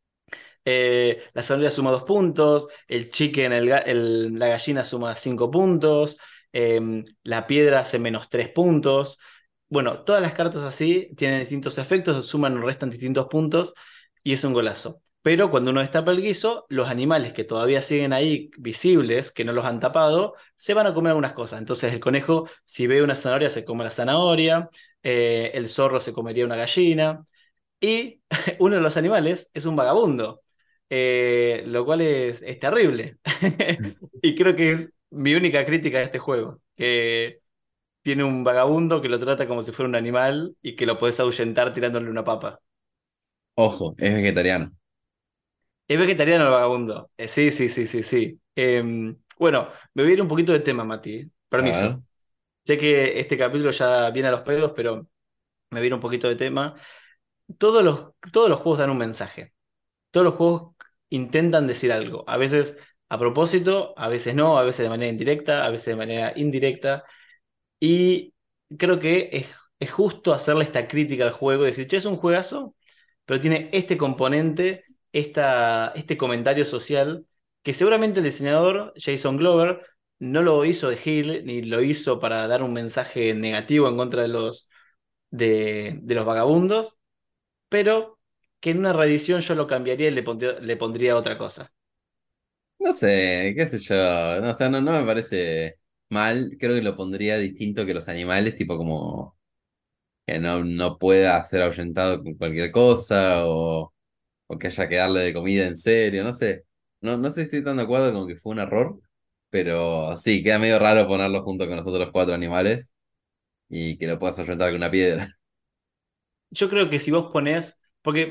Eh, la zanahoria suma dos puntos, el chicken, el, ga- el- la gallina suma cinco puntos, em, la piedra hace menos tres puntos. Bueno, todas las cartas así tienen distintos efectos, suman o restan distintos puntos y es un golazo. Pero cuando uno destapa el guiso, los animales que todavía siguen ahí visibles, que no los han tapado, se van a comer algunas cosas. Entonces el conejo, si ve una zanahoria, se come la zanahoria, eh, el zorro se comería una gallina. Y uno de los animales es un vagabundo, eh, lo cual es, es terrible. Y creo que es mi única crítica de este juego, que tiene un vagabundo que lo trata como si fuera un animal y que lo podés ahuyentar tirándole una papa. Ojo, es vegetariano. Es vegetariano el vagabundo. Eh, sí, sí, sí, sí, sí. Em, bueno, me voy a ir un poquito de tema, Mati. A ver, Permiso. Sé que este capítulo ya viene a los pedos, pero me voy a ir un poquito de tema. Todos los, todos los juegos dan un mensaje. Todos los juegos intentan decir algo. A veces a propósito, a veces no, a veces de manera indirecta, a veces de manera indirecta. Y creo que es, es justo hacerle esta crítica al juego y decir, che, es un juegazo, pero tiene este componente, esta, este comentario social, que seguramente el diseñador, Jason Glover, no lo hizo de heel, ni lo hizo para dar un mensaje negativo en contra de los, de, de los vagabundos, pero que en una reedición yo lo cambiaría y le pondría, le pondría otra cosa. no sé, qué sé yo. No, o sea, no, no me parece mal. Creo que lo pondría distinto que los animales, tipo como que no, no pueda ser ahuyentado con cualquier cosa o, o que haya que darle de comida en serio, no sé. No, no sé si estoy tan de acuerdo con que fue un error, pero sí, queda medio raro ponerlo junto con los otros cuatro animales y que lo puedas ahuyentar con una piedra. Yo creo que si vos ponés, porque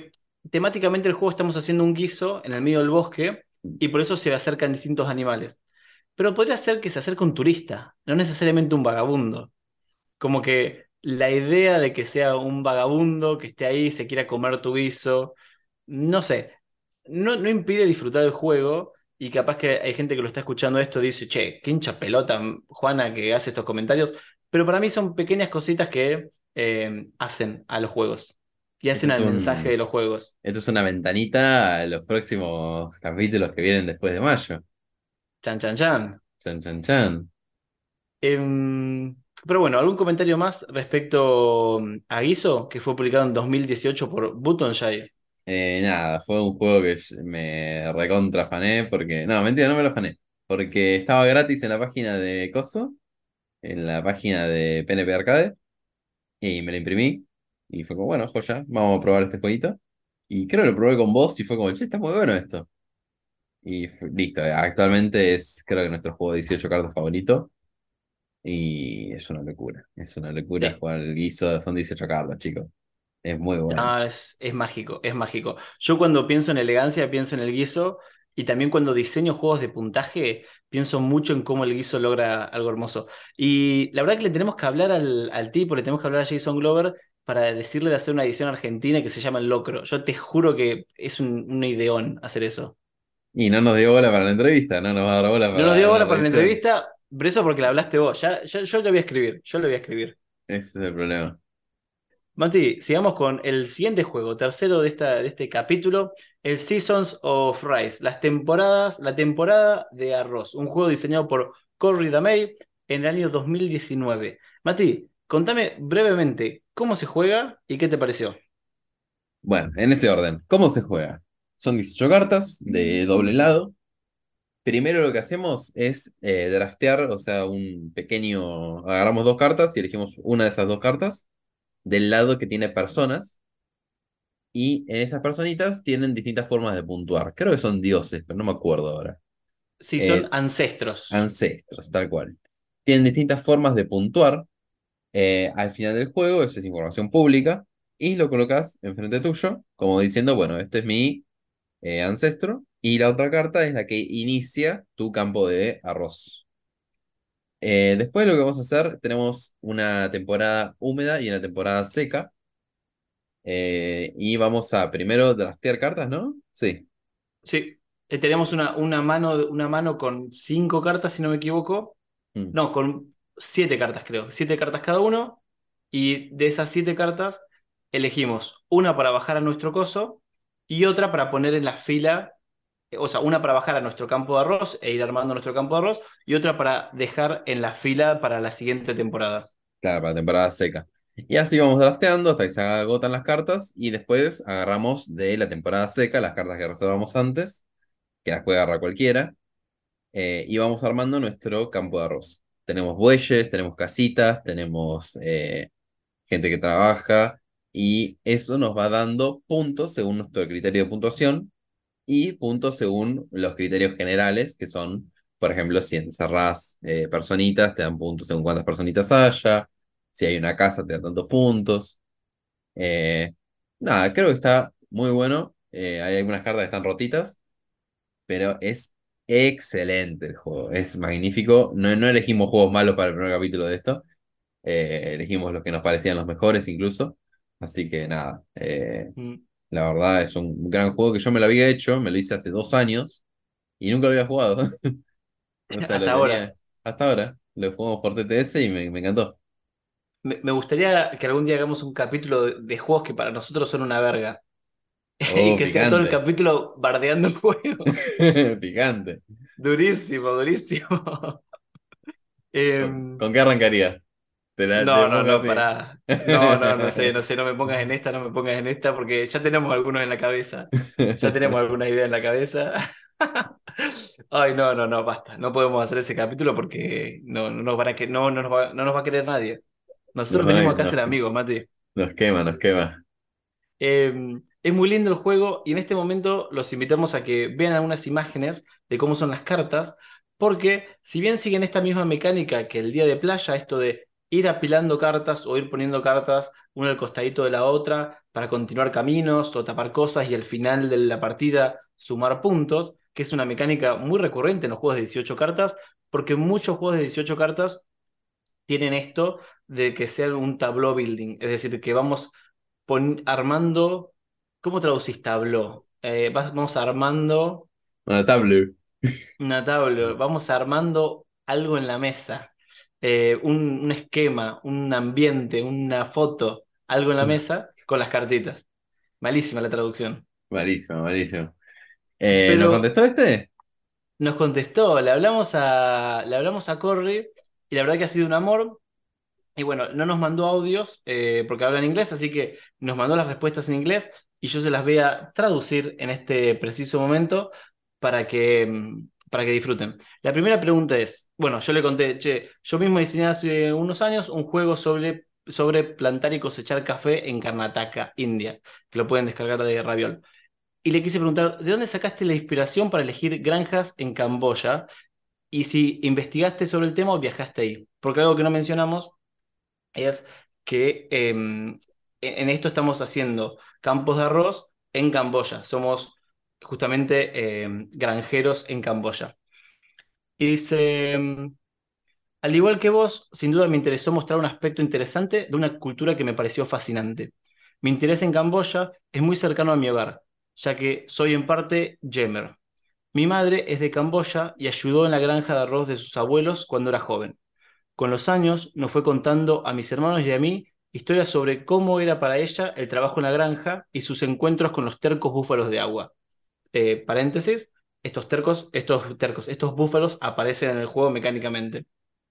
temáticamente el juego estamos haciendo un guiso en el medio del bosque y por eso se acercan distintos animales. Pero podría ser que se acerque un turista, no necesariamente un vagabundo. Como que la idea de que sea un vagabundo que esté ahí, se quiera comer tu guiso, no sé, no, no impide disfrutar el juego y capaz que hay gente que lo está escuchando esto y dice, che, qué hincha pelota Juana que hace estos comentarios, pero para mí son pequeñas cositas que eh, hacen a los juegos y Esto hacen es al mensaje de un, los juegos. esto es una ventanita a los próximos capítulos que vienen después de mayo. Chan, chan, chan. Chan, chan, chan. Em, pero bueno, ¿algún comentario más respecto mm, a Guiso, que fue publicado en dos mil dieciocho por Buttonshy? Eh, nada, fue un juego que me recontra fané porque. No, mentira, no me lo fané. Porque estaba gratis en la página de Coso, en la página de P N P Arcade, y me lo imprimí. Y fue como, bueno, joya, vamos a probar este jueguito. Y creo que lo probé con vos y fue como, che, está muy bueno esto. Y fu- listo, eh, actualmente es creo que nuestro juego de dieciocho cartas favorito. Y es una locura, es una locura Sí. jugar al guiso, son dieciocho cartas, chicos. Es muy bueno. No, es, es mágico, es mágico. Yo cuando pienso en elegancia, pienso en el guiso y también cuando diseño juegos de puntaje, pienso mucho en cómo el guiso logra algo hermoso. Y la verdad que le tenemos que hablar al, al tipo, le tenemos que hablar a Jason Glover para decirle de hacer una edición argentina que se llama El Locro. Yo te juro que es un, un ideón hacer eso. Y no nos dio bola para la entrevista, no nos va a dar bola No nos para dio una hora para la revisión. entrevista, pero eso porque la hablaste vos. Ya, ya- yo le voy a escribir, yo le voy a escribir. Ese es el problema. Mati, sigamos con el siguiente juego, tercero de, esta, de este capítulo, el Seasons of Rice, las temporadas, la temporada de arroz, un juego diseñado por Corey Damay en el año dos mil diecinueve. Mati, contame brevemente cómo se juega y qué te pareció. Bueno, en ese orden, ¿cómo se juega? Son dieciocho cartas de doble lado. Primero lo que hacemos es eh, draftear, o sea, un pequeño. Agarramos dos cartas y elegimos una de esas dos cartas del lado que tiene personas. Y en esas personitas tienen distintas formas de puntuar. Creo que son dioses, pero no me acuerdo ahora. Sí, son Eh, ancestros. ancestros, tal cual. Tienen distintas formas de puntuar. Eh, al final del juego, eso es información pública. Y lo colocas enfrente tuyo, como diciendo, bueno, este es mi eh, ancestro. Y la otra carta es la que inicia tu campo de arroz. Eh, después lo que vamos a hacer, tenemos una temporada húmeda y una temporada seca. Eh, y vamos a primero draftear cartas, ¿no? Sí. Sí, eh, tenemos una, una mano, una mano con cinco cartas, si no me equivoco. Mm, No, con siete cartas creo, siete cartas cada uno. Y de esas siete cartas elegimos una para bajar a nuestro coso y otra para poner en la fila, eh, o sea, una para bajar a nuestro campo de arroz e ir armando nuestro campo de arroz y otra para dejar en la fila para la siguiente temporada. claro, para temporada seca. Y así vamos drafteando hasta que se agotan las cartas. Y después agarramos de la temporada seca las cartas que reservamos antes, que las puede agarrar cualquiera. Eh, y vamos armando nuestro campo de arroz. Tenemos bueyes, tenemos casitas, tenemos eh, gente que trabaja. Y eso nos va dando puntos según nuestro criterio de puntuación y puntos según los criterios generales, que son, por ejemplo, si encerrás eh, personitas, te dan puntos según cuántas personitas haya. Si hay una casa, te dan tantos puntos. Eh, nada, creo que está muy bueno. Eh, hay algunas cartas que están rotitas, pero es excelente el juego. Es magnífico. No, no elegimos juegos malos para el primer capítulo de esto. Eh, elegimos los que nos parecían los mejores incluso. Así que nada. eh, Mm. la verdad es un gran juego que yo me lo había hecho, me lo hice hace dos años y nunca lo había jugado. O sea, lo Hasta ahora. tenía hasta ahora. Lo jugamos por T T S y me, me encantó. Me, me gustaría que algún día hagamos un capítulo de, de juegos que para nosotros son una verga. Y Oh, que sea todo el picante. capítulo bardeando juegos. Picante. Durísimo, durísimo. ¿Con, Em, con qué arrancaría? Te la te no, no, pongo no, así. pará. No, no, no sé, no sé, no me pongas en esta, no me pongas en esta, porque ya tenemos algunos en la cabeza. Ya tenemos alguna idea en la cabeza. Ay, no, no, no, basta. No podemos hacer ese capítulo porque no, no nos van a que, no, no nos va, no nos va a querer nadie. Nos, Nosotros venimos acá a nos, ser amigos, Mati. nos quema, nos quema. Eh, es muy lindo el juego y en este momento los invitamos a que vean algunas imágenes de cómo son las cartas, porque si bien siguen esta misma mecánica que el día de playa, esto de ir apilando cartas o ir poniendo cartas una al costadito de la otra para continuar caminos o tapar cosas y al final de la partida sumar puntos, que es una mecánica muy recurrente en los juegos de dieciocho cartas, porque muchos juegos de dieciocho cartas tienen esto de que sea un tableau building, es decir, que vamos pon- armando, ¿cómo traducís tableau? Eh, vamos armando Bueno, está blue. una tabla, vamos armando algo en la mesa, eh, un, un esquema, un ambiente, una foto, algo en la mesa con las cartitas. Malísima la traducción. Malísimo, malísimo. Eh, ¿nos Pero contestó este? nos contestó, le hablamos a, le hablamos a Corry y la verdad que ha sido un amor. Y bueno, no nos mandó audios eh, porque habla en inglés, así que nos mandó las respuestas en inglés y yo se las voy a traducir en este preciso momento para que, mm, para que disfruten. La primera pregunta es, bueno, yo le conté, che, yo mismo diseñé hace unos años un juego sobre, sobre plantar y cosechar café en Karnataka, India, que lo pueden descargar de Raviol. Y le quise preguntar, ¿de dónde sacaste la inspiración para elegir granjas en Camboya? Y si investigaste sobre el tema o viajaste ahí. Porque algo que no mencionamos es que eh, en en esto estamos haciendo campos de arroz en Camboya. Somos justamente eh, granjeros en Camboya. Y dice, em, al igual que vos, sin duda me interesó mostrar un aspecto interesante de una cultura que me pareció fascinante. Mi interés en Camboya es muy cercano a mi hogar, ya que soy en parte Jemer. Mi madre es de Camboya y ayudó en la granja de arroz de sus abuelos cuando era joven. Con los años nos fue contando a mis hermanos y a mí historias sobre cómo era para ella el trabajo en la granja y sus encuentros con los tercos búfalos de agua. Eh, paréntesis, estos tercos, estos tercos, estos búfalos aparecen en el juego mecánicamente.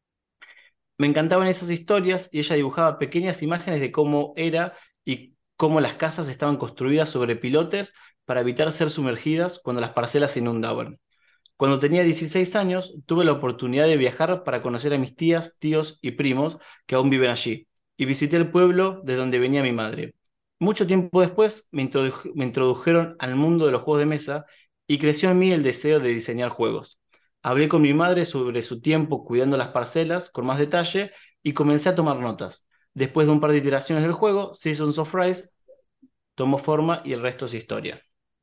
Me encantaban esas historias y ella dibujaba pequeñas imágenes de cómo era y cómo las casas estaban construidas sobre pilotes para evitar ser sumergidas cuando las parcelas se inundaban. Cuando tenía dieciséis años, tuve la oportunidad de viajar para conocer a mis tías, tíos y primos que aún viven allí, y visité el pueblo de donde venía mi madre. Mucho tiempo después me, introduj- me introdujeron al mundo de los juegos de mesa y creció en mí el deseo de diseñar juegos. Hablé con mi madre sobre su tiempo cuidando las parcelas con más detalle y comencé a tomar notas. Después de un par de iteraciones del juego, Seasons of Rise tomó forma y el resto es historia.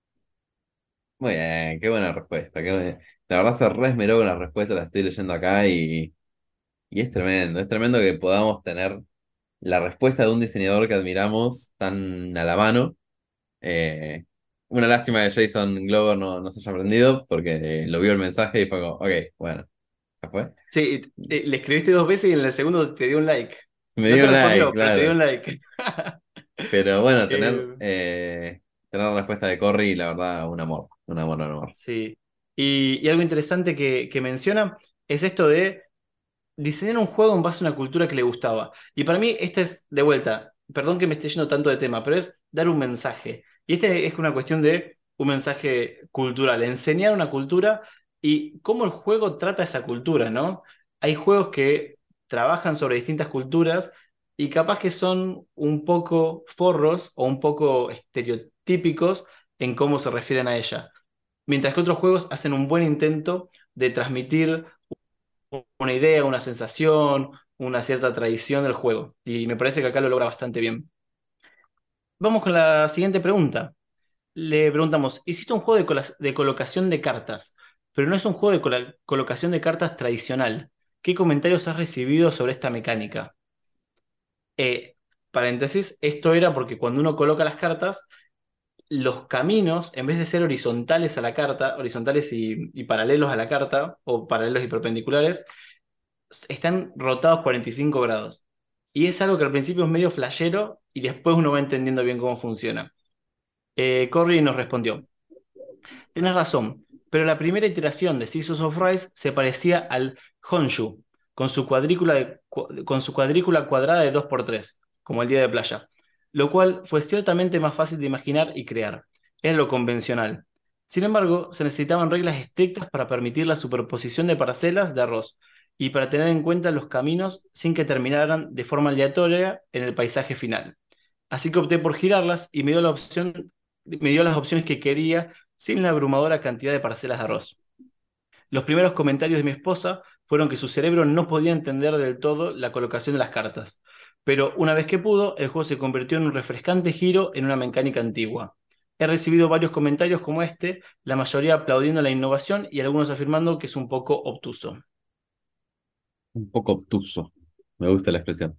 Muy bien, qué buena respuesta. Qué buena- La verdad se re esmeró con las respuestas, las estoy leyendo acá y, y es tremendo. Es tremendo que podamos tener la respuesta de un diseñador que admiramos tan a la mano. Eh, una lástima que Jason Glover no, no se haya aprendido porque lo vio el mensaje y fue como, ok, bueno, ya fue. Sí, eh, le escribiste dos veces y en el segundo te dio un like. Me No dio te un like, respondió, pero te dio claro. un like. Pero bueno, tener, Eh, eh, tener la respuesta de Corey, la verdad, un amor, un amor, un amor. sí. Y, y algo interesante que, que menciona es esto de diseñar un juego en base a una cultura que le gustaba. Y para mí, esta es, de vuelta, perdón que me esté yendo tanto de tema, pero es dar un mensaje. Y este es una cuestión de un mensaje cultural, enseñar una cultura y cómo el juego trata esa cultura, ¿no? Hay juegos que trabajan sobre distintas culturas y capaz que son un poco forros o un poco estereotípicos en cómo se refieren a ella. Mientras que otros juegos hacen un buen intento de transmitir una idea, una sensación, una cierta tradición del juego. Y me parece que acá lo logra bastante bien. Vamos con la siguiente pregunta. Le preguntamos, hiciste un juego de, cola- de colocación de cartas, pero no es un juego de cola- colocación de cartas tradicional. ¿Qué comentarios has recibido sobre esta mecánica? Eh, Paréntesis, esto era porque cuando uno coloca las cartas, los caminos, en vez de ser horizontales a la carta, horizontales y, y paralelos a la carta, o paralelos y perpendiculares, están rotados cuarenta y cinco grados. Y es algo que al principio es medio flashero y después uno va entendiendo bien cómo funciona. Eh, Corey nos respondió, tienes razón, pero la primera iteración de Seasons of Rise se parecía al Honshu, con su cuadrícula, de- cu- con su cuadrícula cuadrada de dos por tres, como el día de playa, lo cual fue ciertamente más fácil de imaginar y crear. Era lo convencional. Sin embargo, se necesitaban reglas estrictas para permitir la superposición de parcelas de arroz y para tener en cuenta los caminos sin que terminaran de forma aleatoria en el paisaje final. Así que opté por girarlas y me dio la opción, me dio las opciones que quería sin la abrumadora cantidad de parcelas de arroz. Los primeros comentarios de mi esposa fueron que su cerebro no podía entender del todo la colocación de las cartas. Pero una vez que pudo, el juego se convirtió en un refrescante giro en una mecánica antigua. He recibido varios comentarios como este, la mayoría aplaudiendo la innovación y algunos afirmando que es un poco obtuso. Un poco obtuso. Me gusta la expresión.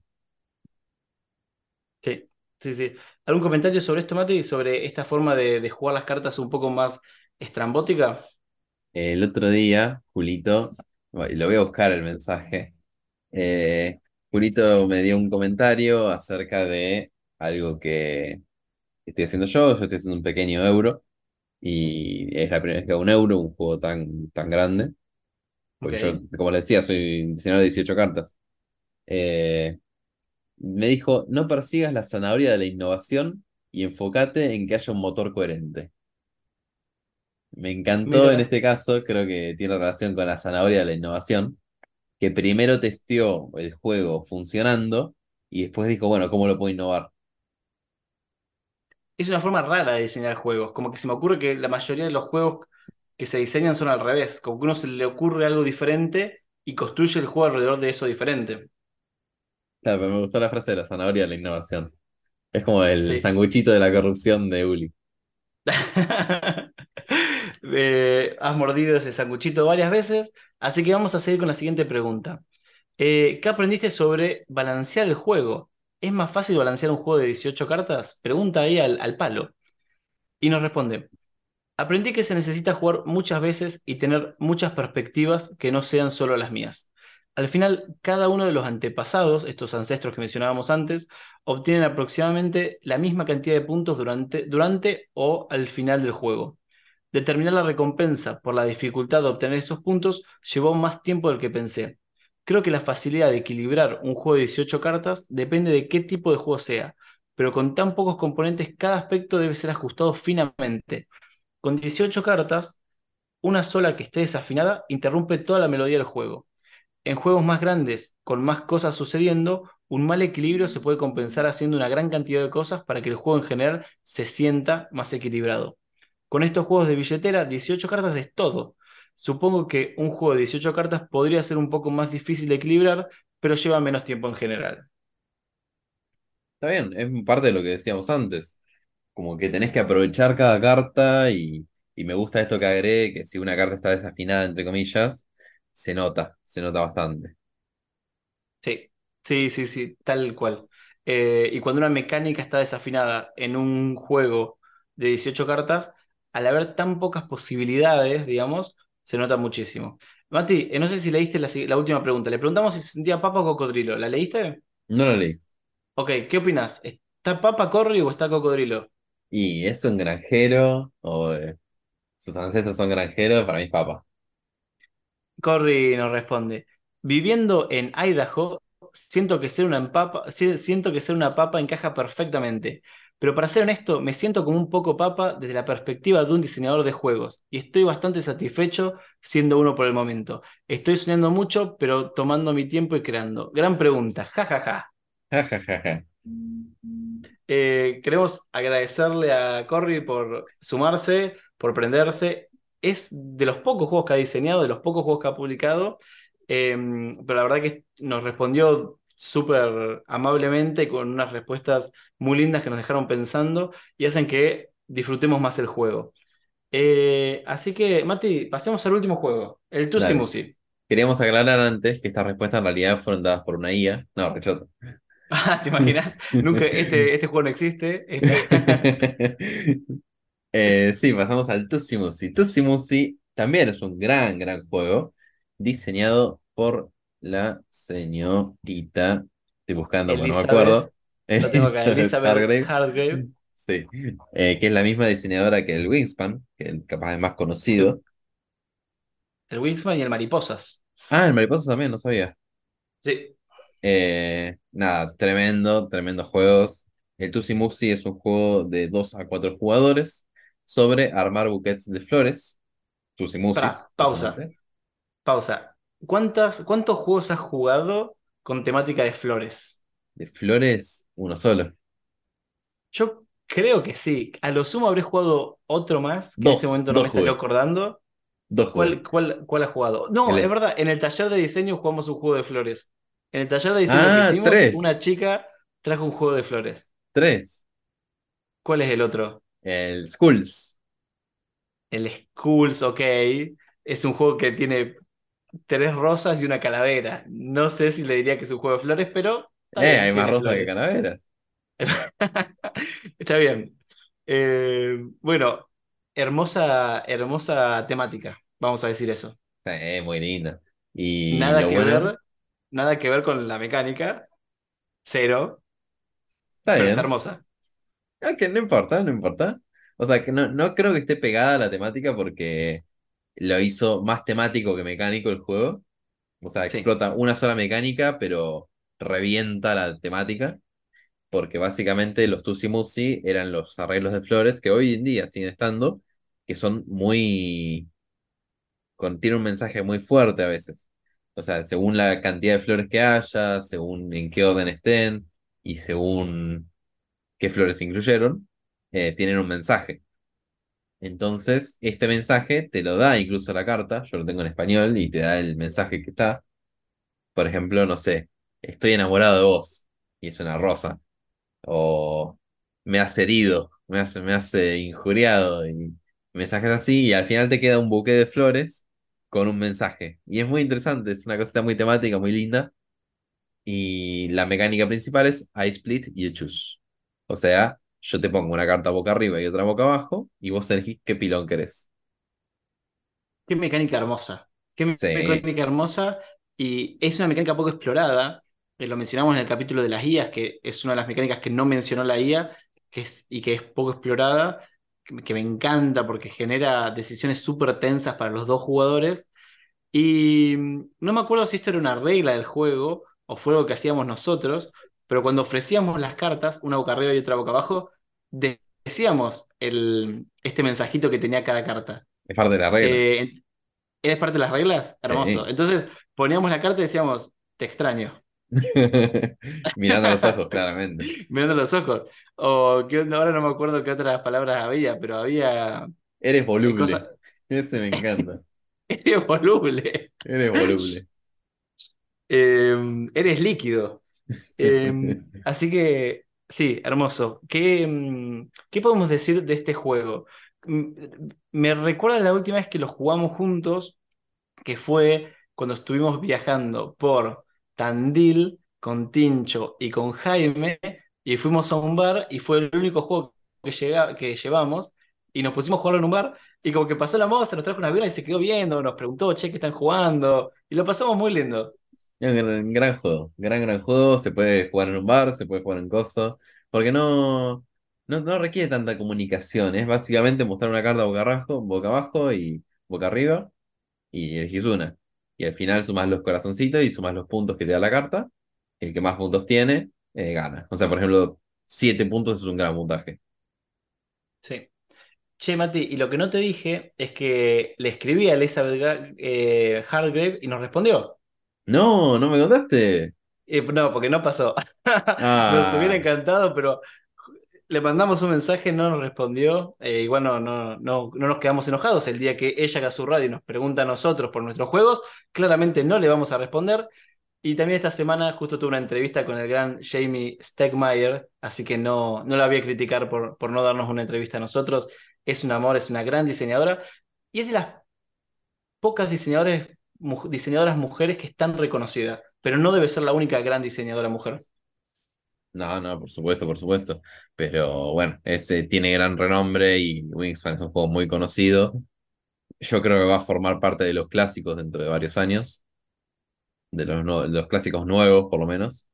Sí, sí, sí. ¿Algún comentario sobre esto, Mati? ¿Sobre esta forma de, de jugar las cartas un poco más estrambótica? El otro día, Julito, y lo voy a buscar el mensaje. eh, Julito me dio un comentario acerca de algo que estoy haciendo yo. Yo estoy haciendo un pequeño euro y es la primera vez que hago un euro, un juego tan, tan grande. Porque yo, Ok. como le decía, soy diseñador de dieciocho cartas. Eh, Me dijo, no persigas la zanahoria de la innovación y enfócate en que haya un motor coherente. Me encantó en Mira, este caso, creo que tiene relación con la zanahoria de la innovación, que primero testeó el juego funcionando y después dijo, bueno, ¿cómo lo puedo innovar? es una forma rara de diseñar juegos. Como que se me ocurre que la mayoría de los juegos que se diseñan son al revés. Como que uno se le ocurre algo diferente y construye el juego alrededor de eso diferente. Claro, pero me gustó la frase de la zanahoria de la innovación. Es como el Sí. sanguchito de la corrupción de Uli. Eh, has mordido ese sanguchito varias veces, así que vamos a seguir con la siguiente pregunta. Eh, ¿qué aprendiste sobre balancear el juego? ¿Es más fácil balancear un juego de dieciocho cartas? Pregunta ahí al, al palo. Y nos responde, aprendí que se necesita jugar muchas veces y tener muchas perspectivas que no sean solo las mías. Al final, cada uno de los antepasados, estos ancestros que mencionábamos antes, obtienen aproximadamente la misma cantidad de puntos durante, durante o al final del juego. Determinar la recompensa por la dificultad de obtener esos puntos llevó más tiempo del que pensé. Creo que la facilidad de equilibrar un juego de dieciocho cartas depende de qué tipo de juego sea, pero con tan pocos componentes cada aspecto debe ser ajustado finamente. Con dieciocho cartas, una sola que esté desafinada interrumpe toda la melodía del juego. En juegos más grandes, con más cosas sucediendo, un mal equilibrio se puede compensar haciendo una gran cantidad de cosas para que el juego en general se sienta más equilibrado. Con estos juegos de billetera, dieciocho cartas es todo. Supongo que un juego de dieciocho cartas podría ser un poco más difícil de equilibrar, pero lleva menos tiempo en general. Está bien, es parte de lo que decíamos antes. Como que tenés que aprovechar cada carta y, y me gusta esto que agregué, que si una carta está desafinada, entre comillas, se nota, se nota bastante. Sí, sí, sí, sí, tal cual. Eh, y cuando una mecánica está desafinada en un juego de dieciocho cartas, al haber tan pocas posibilidades, digamos, se nota muchísimo. Mati, eh, no sé si leíste la, si- la última pregunta. Le preguntamos si se sentía papa o cocodrilo. ¿La leíste? No lo leí. Ok, ¿qué opinas? ¿Está papa Corry o está cocodrilo? Y es un granjero, o eh, sus ancestros son granjeros, para mí es papa. Corry nos responde, viviendo en Idaho, siento que ser una papa, si- siento que ser una papa encaja perfectamente. Pero para ser honesto, me siento como un poco papa desde la perspectiva de un diseñador de juegos, y estoy bastante satisfecho siendo uno por el momento. Estoy soñando mucho, pero tomando mi tiempo y creando. Gran pregunta, jajaja. Ja, ja, ja, ja. Eh, queremos agradecerle a Corby por sumarse, por prenderse. Es de los pocos juegos que ha diseñado, de los pocos juegos que ha publicado, eh, pero la verdad que nos respondió súper amablemente con unas respuestas muy lindas que nos dejaron pensando y hacen que disfrutemos más el juego. Eh, así que, Mati, pasemos al último juego, el Tusi Dale. Musi. Queríamos aclarar antes que estas respuestas en realidad fueron dadas por una I A. No, rechoto. Ah, ¿te imaginas? Nunca, este, este juego no existe. Este... Eh, sí, pasamos al Tussi Musi. Tussi Musi también es un gran, gran juego diseñado por la señorita, estoy buscando, pero no me Elizabeth, acuerdo, lo tengo acá, Elizabeth Elizabeth Hargrave, Hargrave. sí, eh, que es la misma diseñadora que el Wingspan, que capaz es más conocido. El Wixman y el Mariposas. Ah, el Mariposa también, no sabía. Sí, Eh, nada, tremendo, tremendos juegos. El Tusi Musi es un juego de dos a cuatro jugadores sobre armar buquets de flores. Tusi Musis, para, pausa, justamente. pausa. ¿Cuántas, cuántos juegos has jugado con temática de flores? De flores, uno solo. Yo creo que sí. A lo sumo habré jugado otro más, que en este Dos, momento no me dos estaría jugué. acordando. Dos jugué. ¿Cuál, cuál, cuál has jugado? No, El es es. verdad, en el taller de diseño jugamos un juego de flores. En el taller de diseño que Ah, hicimos, una tres. chica trajo un juego de flores. Tres. ¿Cuál es el otro? El Skulls. El Skulls, ok. Es un juego que tiene tres rosas y una calavera. No sé si le diría que es un juego de flores, pero está Eh, bien, hay más tiene rosa que flores. calavera. Está bien. Eh, bueno, hermosa, hermosa temática, vamos a decir eso. Sí, muy linda. Y Nada lo que bueno, ver, nada que ver con la mecánica, cero, está pero está bien. hermosa. Ah, que no importa, no importa. O sea, que no, no creo que esté pegada a la temática porque lo hizo más temático que mecánico el juego. O sea, Sí. explota una sola mecánica, pero revienta la temática. Porque básicamente los Tusi Musi eran los arreglos de flores que hoy en día siguen estando, que son muy con- tiene un mensaje muy fuerte a veces. O sea, según la cantidad de flores que haya, según en qué orden estén y según qué flores se incluyeron, eh, tienen un mensaje. Entonces, este mensaje te lo da incluso la carta, yo lo tengo en español y te da el mensaje que está. Por ejemplo, no sé, estoy enamorado de vos y es una rosa. O me has herido, me has, me has eh, injuriado y mensajes así y al final te queda un buque de flores con un mensaje. Y es muy interesante, es una cosita muy temática, muy linda. Y la mecánica principal es I split, you choose. O sea, yo te pongo una carta boca arriba y otra boca abajo y vos elegís qué pilón querés. Qué mecánica hermosa. Qué me- Sí, mecánica hermosa. Y es una mecánica poco explorada. Eh, lo mencionamos en el capítulo de las I As, que es una de las mecánicas que no mencionó la I A, que es, y que es poco explorada, que, me que me encanta porque genera decisiones súper tensas para los dos jugadores. Y mm, no me acuerdo si esto era una regla del juego o fue algo que hacíamos nosotros, pero cuando ofrecíamos las cartas, una boca arriba y otra boca abajo, de- decíamos el, este mensajito que tenía cada carta. es parte de la regla. Eh, ¿Eres parte de las reglas? Hermoso. Sí. Entonces poníamos la carta y decíamos, te extraño, Mirando a los ojos, claramente. mirando los ojos. O qué onda, ahora no me acuerdo qué otras palabras había, pero había Eres eh, voluble. cosas. Ese me encanta. Eres voluble. Eres voluble. Eh, eres líquido. Eh, Así que, sí, hermoso. ¿Qué, mm, qué podemos decir de este juego? Mm, Me recuerda la última vez que lo jugamos juntos, que fue cuando estuvimos viajando por Tandil con Tincho y con Jaime, y fuimos a un bar y fue el único juego que, llega, que llevamos, y nos pusimos a jugar en un bar, y como que pasó la moza, nos trajo una birra y se quedó viendo, nos preguntó, che, ¿qué están jugando? Y lo pasamos muy lindo. Es un gran, gran juego, gran, gran juego. Se puede jugar en un bar, se puede jugar en coso, porque no, no, no requiere tanta comunicación. Es básicamente mostrar una carta boca abajo, boca abajo y boca arriba, y elegís una. Y al final sumas los corazoncitos y sumas los puntos que te da la carta. El que más puntos tiene, eh, gana. O sea, por ejemplo, siete puntos es un gran puntaje. Sí. Che, Mati, y lo que no te dije es que le escribí a Elizabeth Gra- eh, Hargrave y nos respondió. No, no me contaste. Eh, no, porque no pasó. Nos hubiera Ah, encantado, pero le mandamos un mensaje, no nos respondió. Eh, igual no, no, no, no nos quedamos enojados. El día que ella haga su radio y nos pregunta a nosotros por nuestros juegos, claramente no le vamos a responder. Y también esta semana justo tuve una entrevista con el gran Jamie Stegmaier, así que no, no la voy a criticar por, por no darnos una entrevista a nosotros. Es un amor, es una gran diseñadora y es de las pocas diseñadores, mu- diseñadoras mujeres que están reconocidas, pero no debe ser la única gran diseñadora mujer. no, no, por supuesto, por supuesto. Pero bueno, ese tiene gran renombre y Wingspan es un juego muy conocido. Yo creo que va a formar parte de los clásicos dentro de varios años, de los, no- los clásicos nuevos, por lo menos,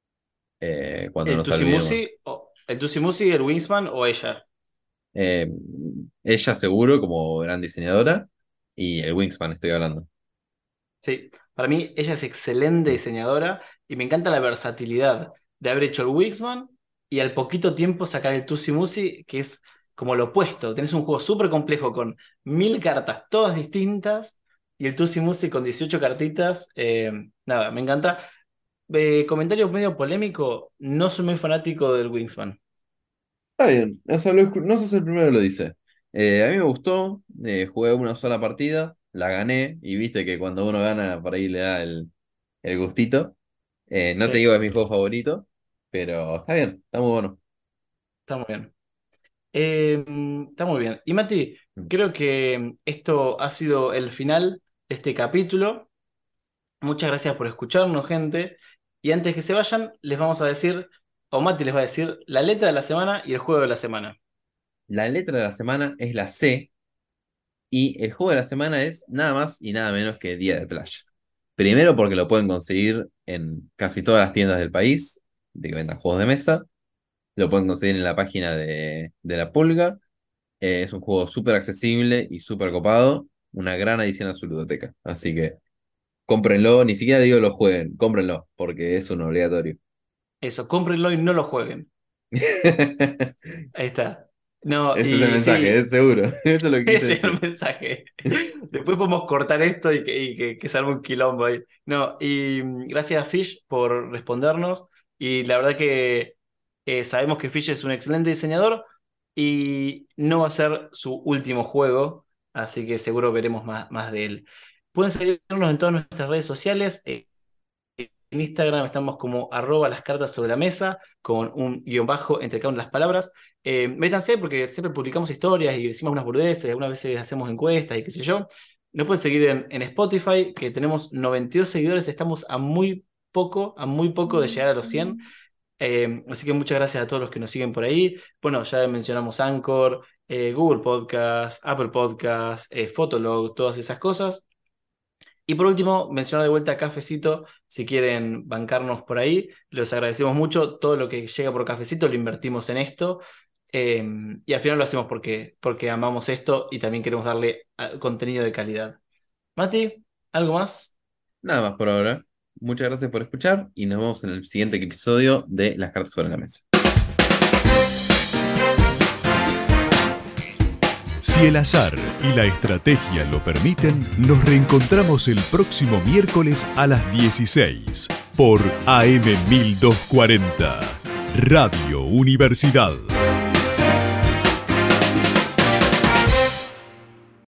eh, cuando ¿El nos olvidemos. Tusimusi, o, el Tusimusi, el Wingsman o ella? Eh, ella seguro como gran diseñadora y el Wingspan estoy hablando. Sí, para mí ella es excelente diseñadora y me encanta la versatilidad de haber hecho el Wingsman y al poquito tiempo sacar el Tusi Musi, que es como lo opuesto. Tenés un juego súper complejo con mil cartas, todas distintas, y el Tusi Musi con dieciocho cartitas. Eh, nada, me encanta. Eh, comentario medio polémico, no soy muy fanático del Wingsman. Está bien, o sea, lo escu- no sos el primero que lo dice. Eh, a mí me gustó, eh, jugué una sola partida, la gané y viste que cuando uno gana por ahí le da el, el gustito. Eh, no te Sí, digo que es mi juego favorito, pero está bien, está muy bueno. está muy bien. Eh, está muy bien. Y Mati, creo que esto ha sido el final de este capítulo. Muchas gracias por escucharnos, gente. Y antes que se vayan, les vamos a decir, o Mati les va a decir, la letra de la semana y el juego de la semana. La letra de la semana es la C y el juego de la semana es nada más y nada menos que Día de Playa. Primero porque lo pueden conseguir en casi todas las tiendas del país de que vendan juegos de mesa. Lo pueden conseguir en la página de, de La Pulga. Eh, es un juego súper accesible y súper copado. Una gran adición a su ludoteca. Así que cómprenlo, ni siquiera digo lo jueguen, cómprenlo, porque es un obligatorio. Eso, cómprenlo y no lo jueguen. Ese Ahí está. No, es el y mensaje, sí, es seguro. Eso es lo que quise ese es el decir. mensaje. Después podemos cortar esto y que, y que, que salga un quilombo ahí. No, y mm, gracias Fish por respondernos. Y la verdad que eh, sabemos que Fish es un excelente diseñador y no va a ser su último juego, así que seguro veremos más, más de él. Pueden seguirnos en todas nuestras redes sociales. eh, En Instagram estamos como arroba las cartas sobre la mesa, con un guión bajo entre cada una de las palabras. Eh, métanse porque siempre publicamos historias y decimos unas boludeces, algunas veces hacemos encuestas y qué sé yo. Nos pueden seguir en, en Spotify, que tenemos noventa y dos seguidores, estamos a muy poco, a muy poco de llegar a los cien. Eh, así que muchas gracias a todos los que nos siguen por ahí. Bueno, ya mencionamos Anchor, eh, Google Podcast, Apple Podcast, eh, Fotolog, todas esas cosas. Y por último, mencionar de vuelta Cafecito, si quieren bancarnos por ahí, los agradecemos mucho. Todo lo que llega por Cafecito lo invertimos en esto. eh, y al final lo hacemos porque, porque amamos esto y también queremos darle ah, contenido de calidad. Mati, ¿algo más? Nada más por ahora. Muchas gracias por escuchar y nos vemos en el siguiente episodio de Las Cartas sobre la Mesa. Si el azar y la estrategia lo permiten, nos reencontramos el próximo miércoles a las dieciséis por A M mil doscientos cuarenta, Radio Universidad.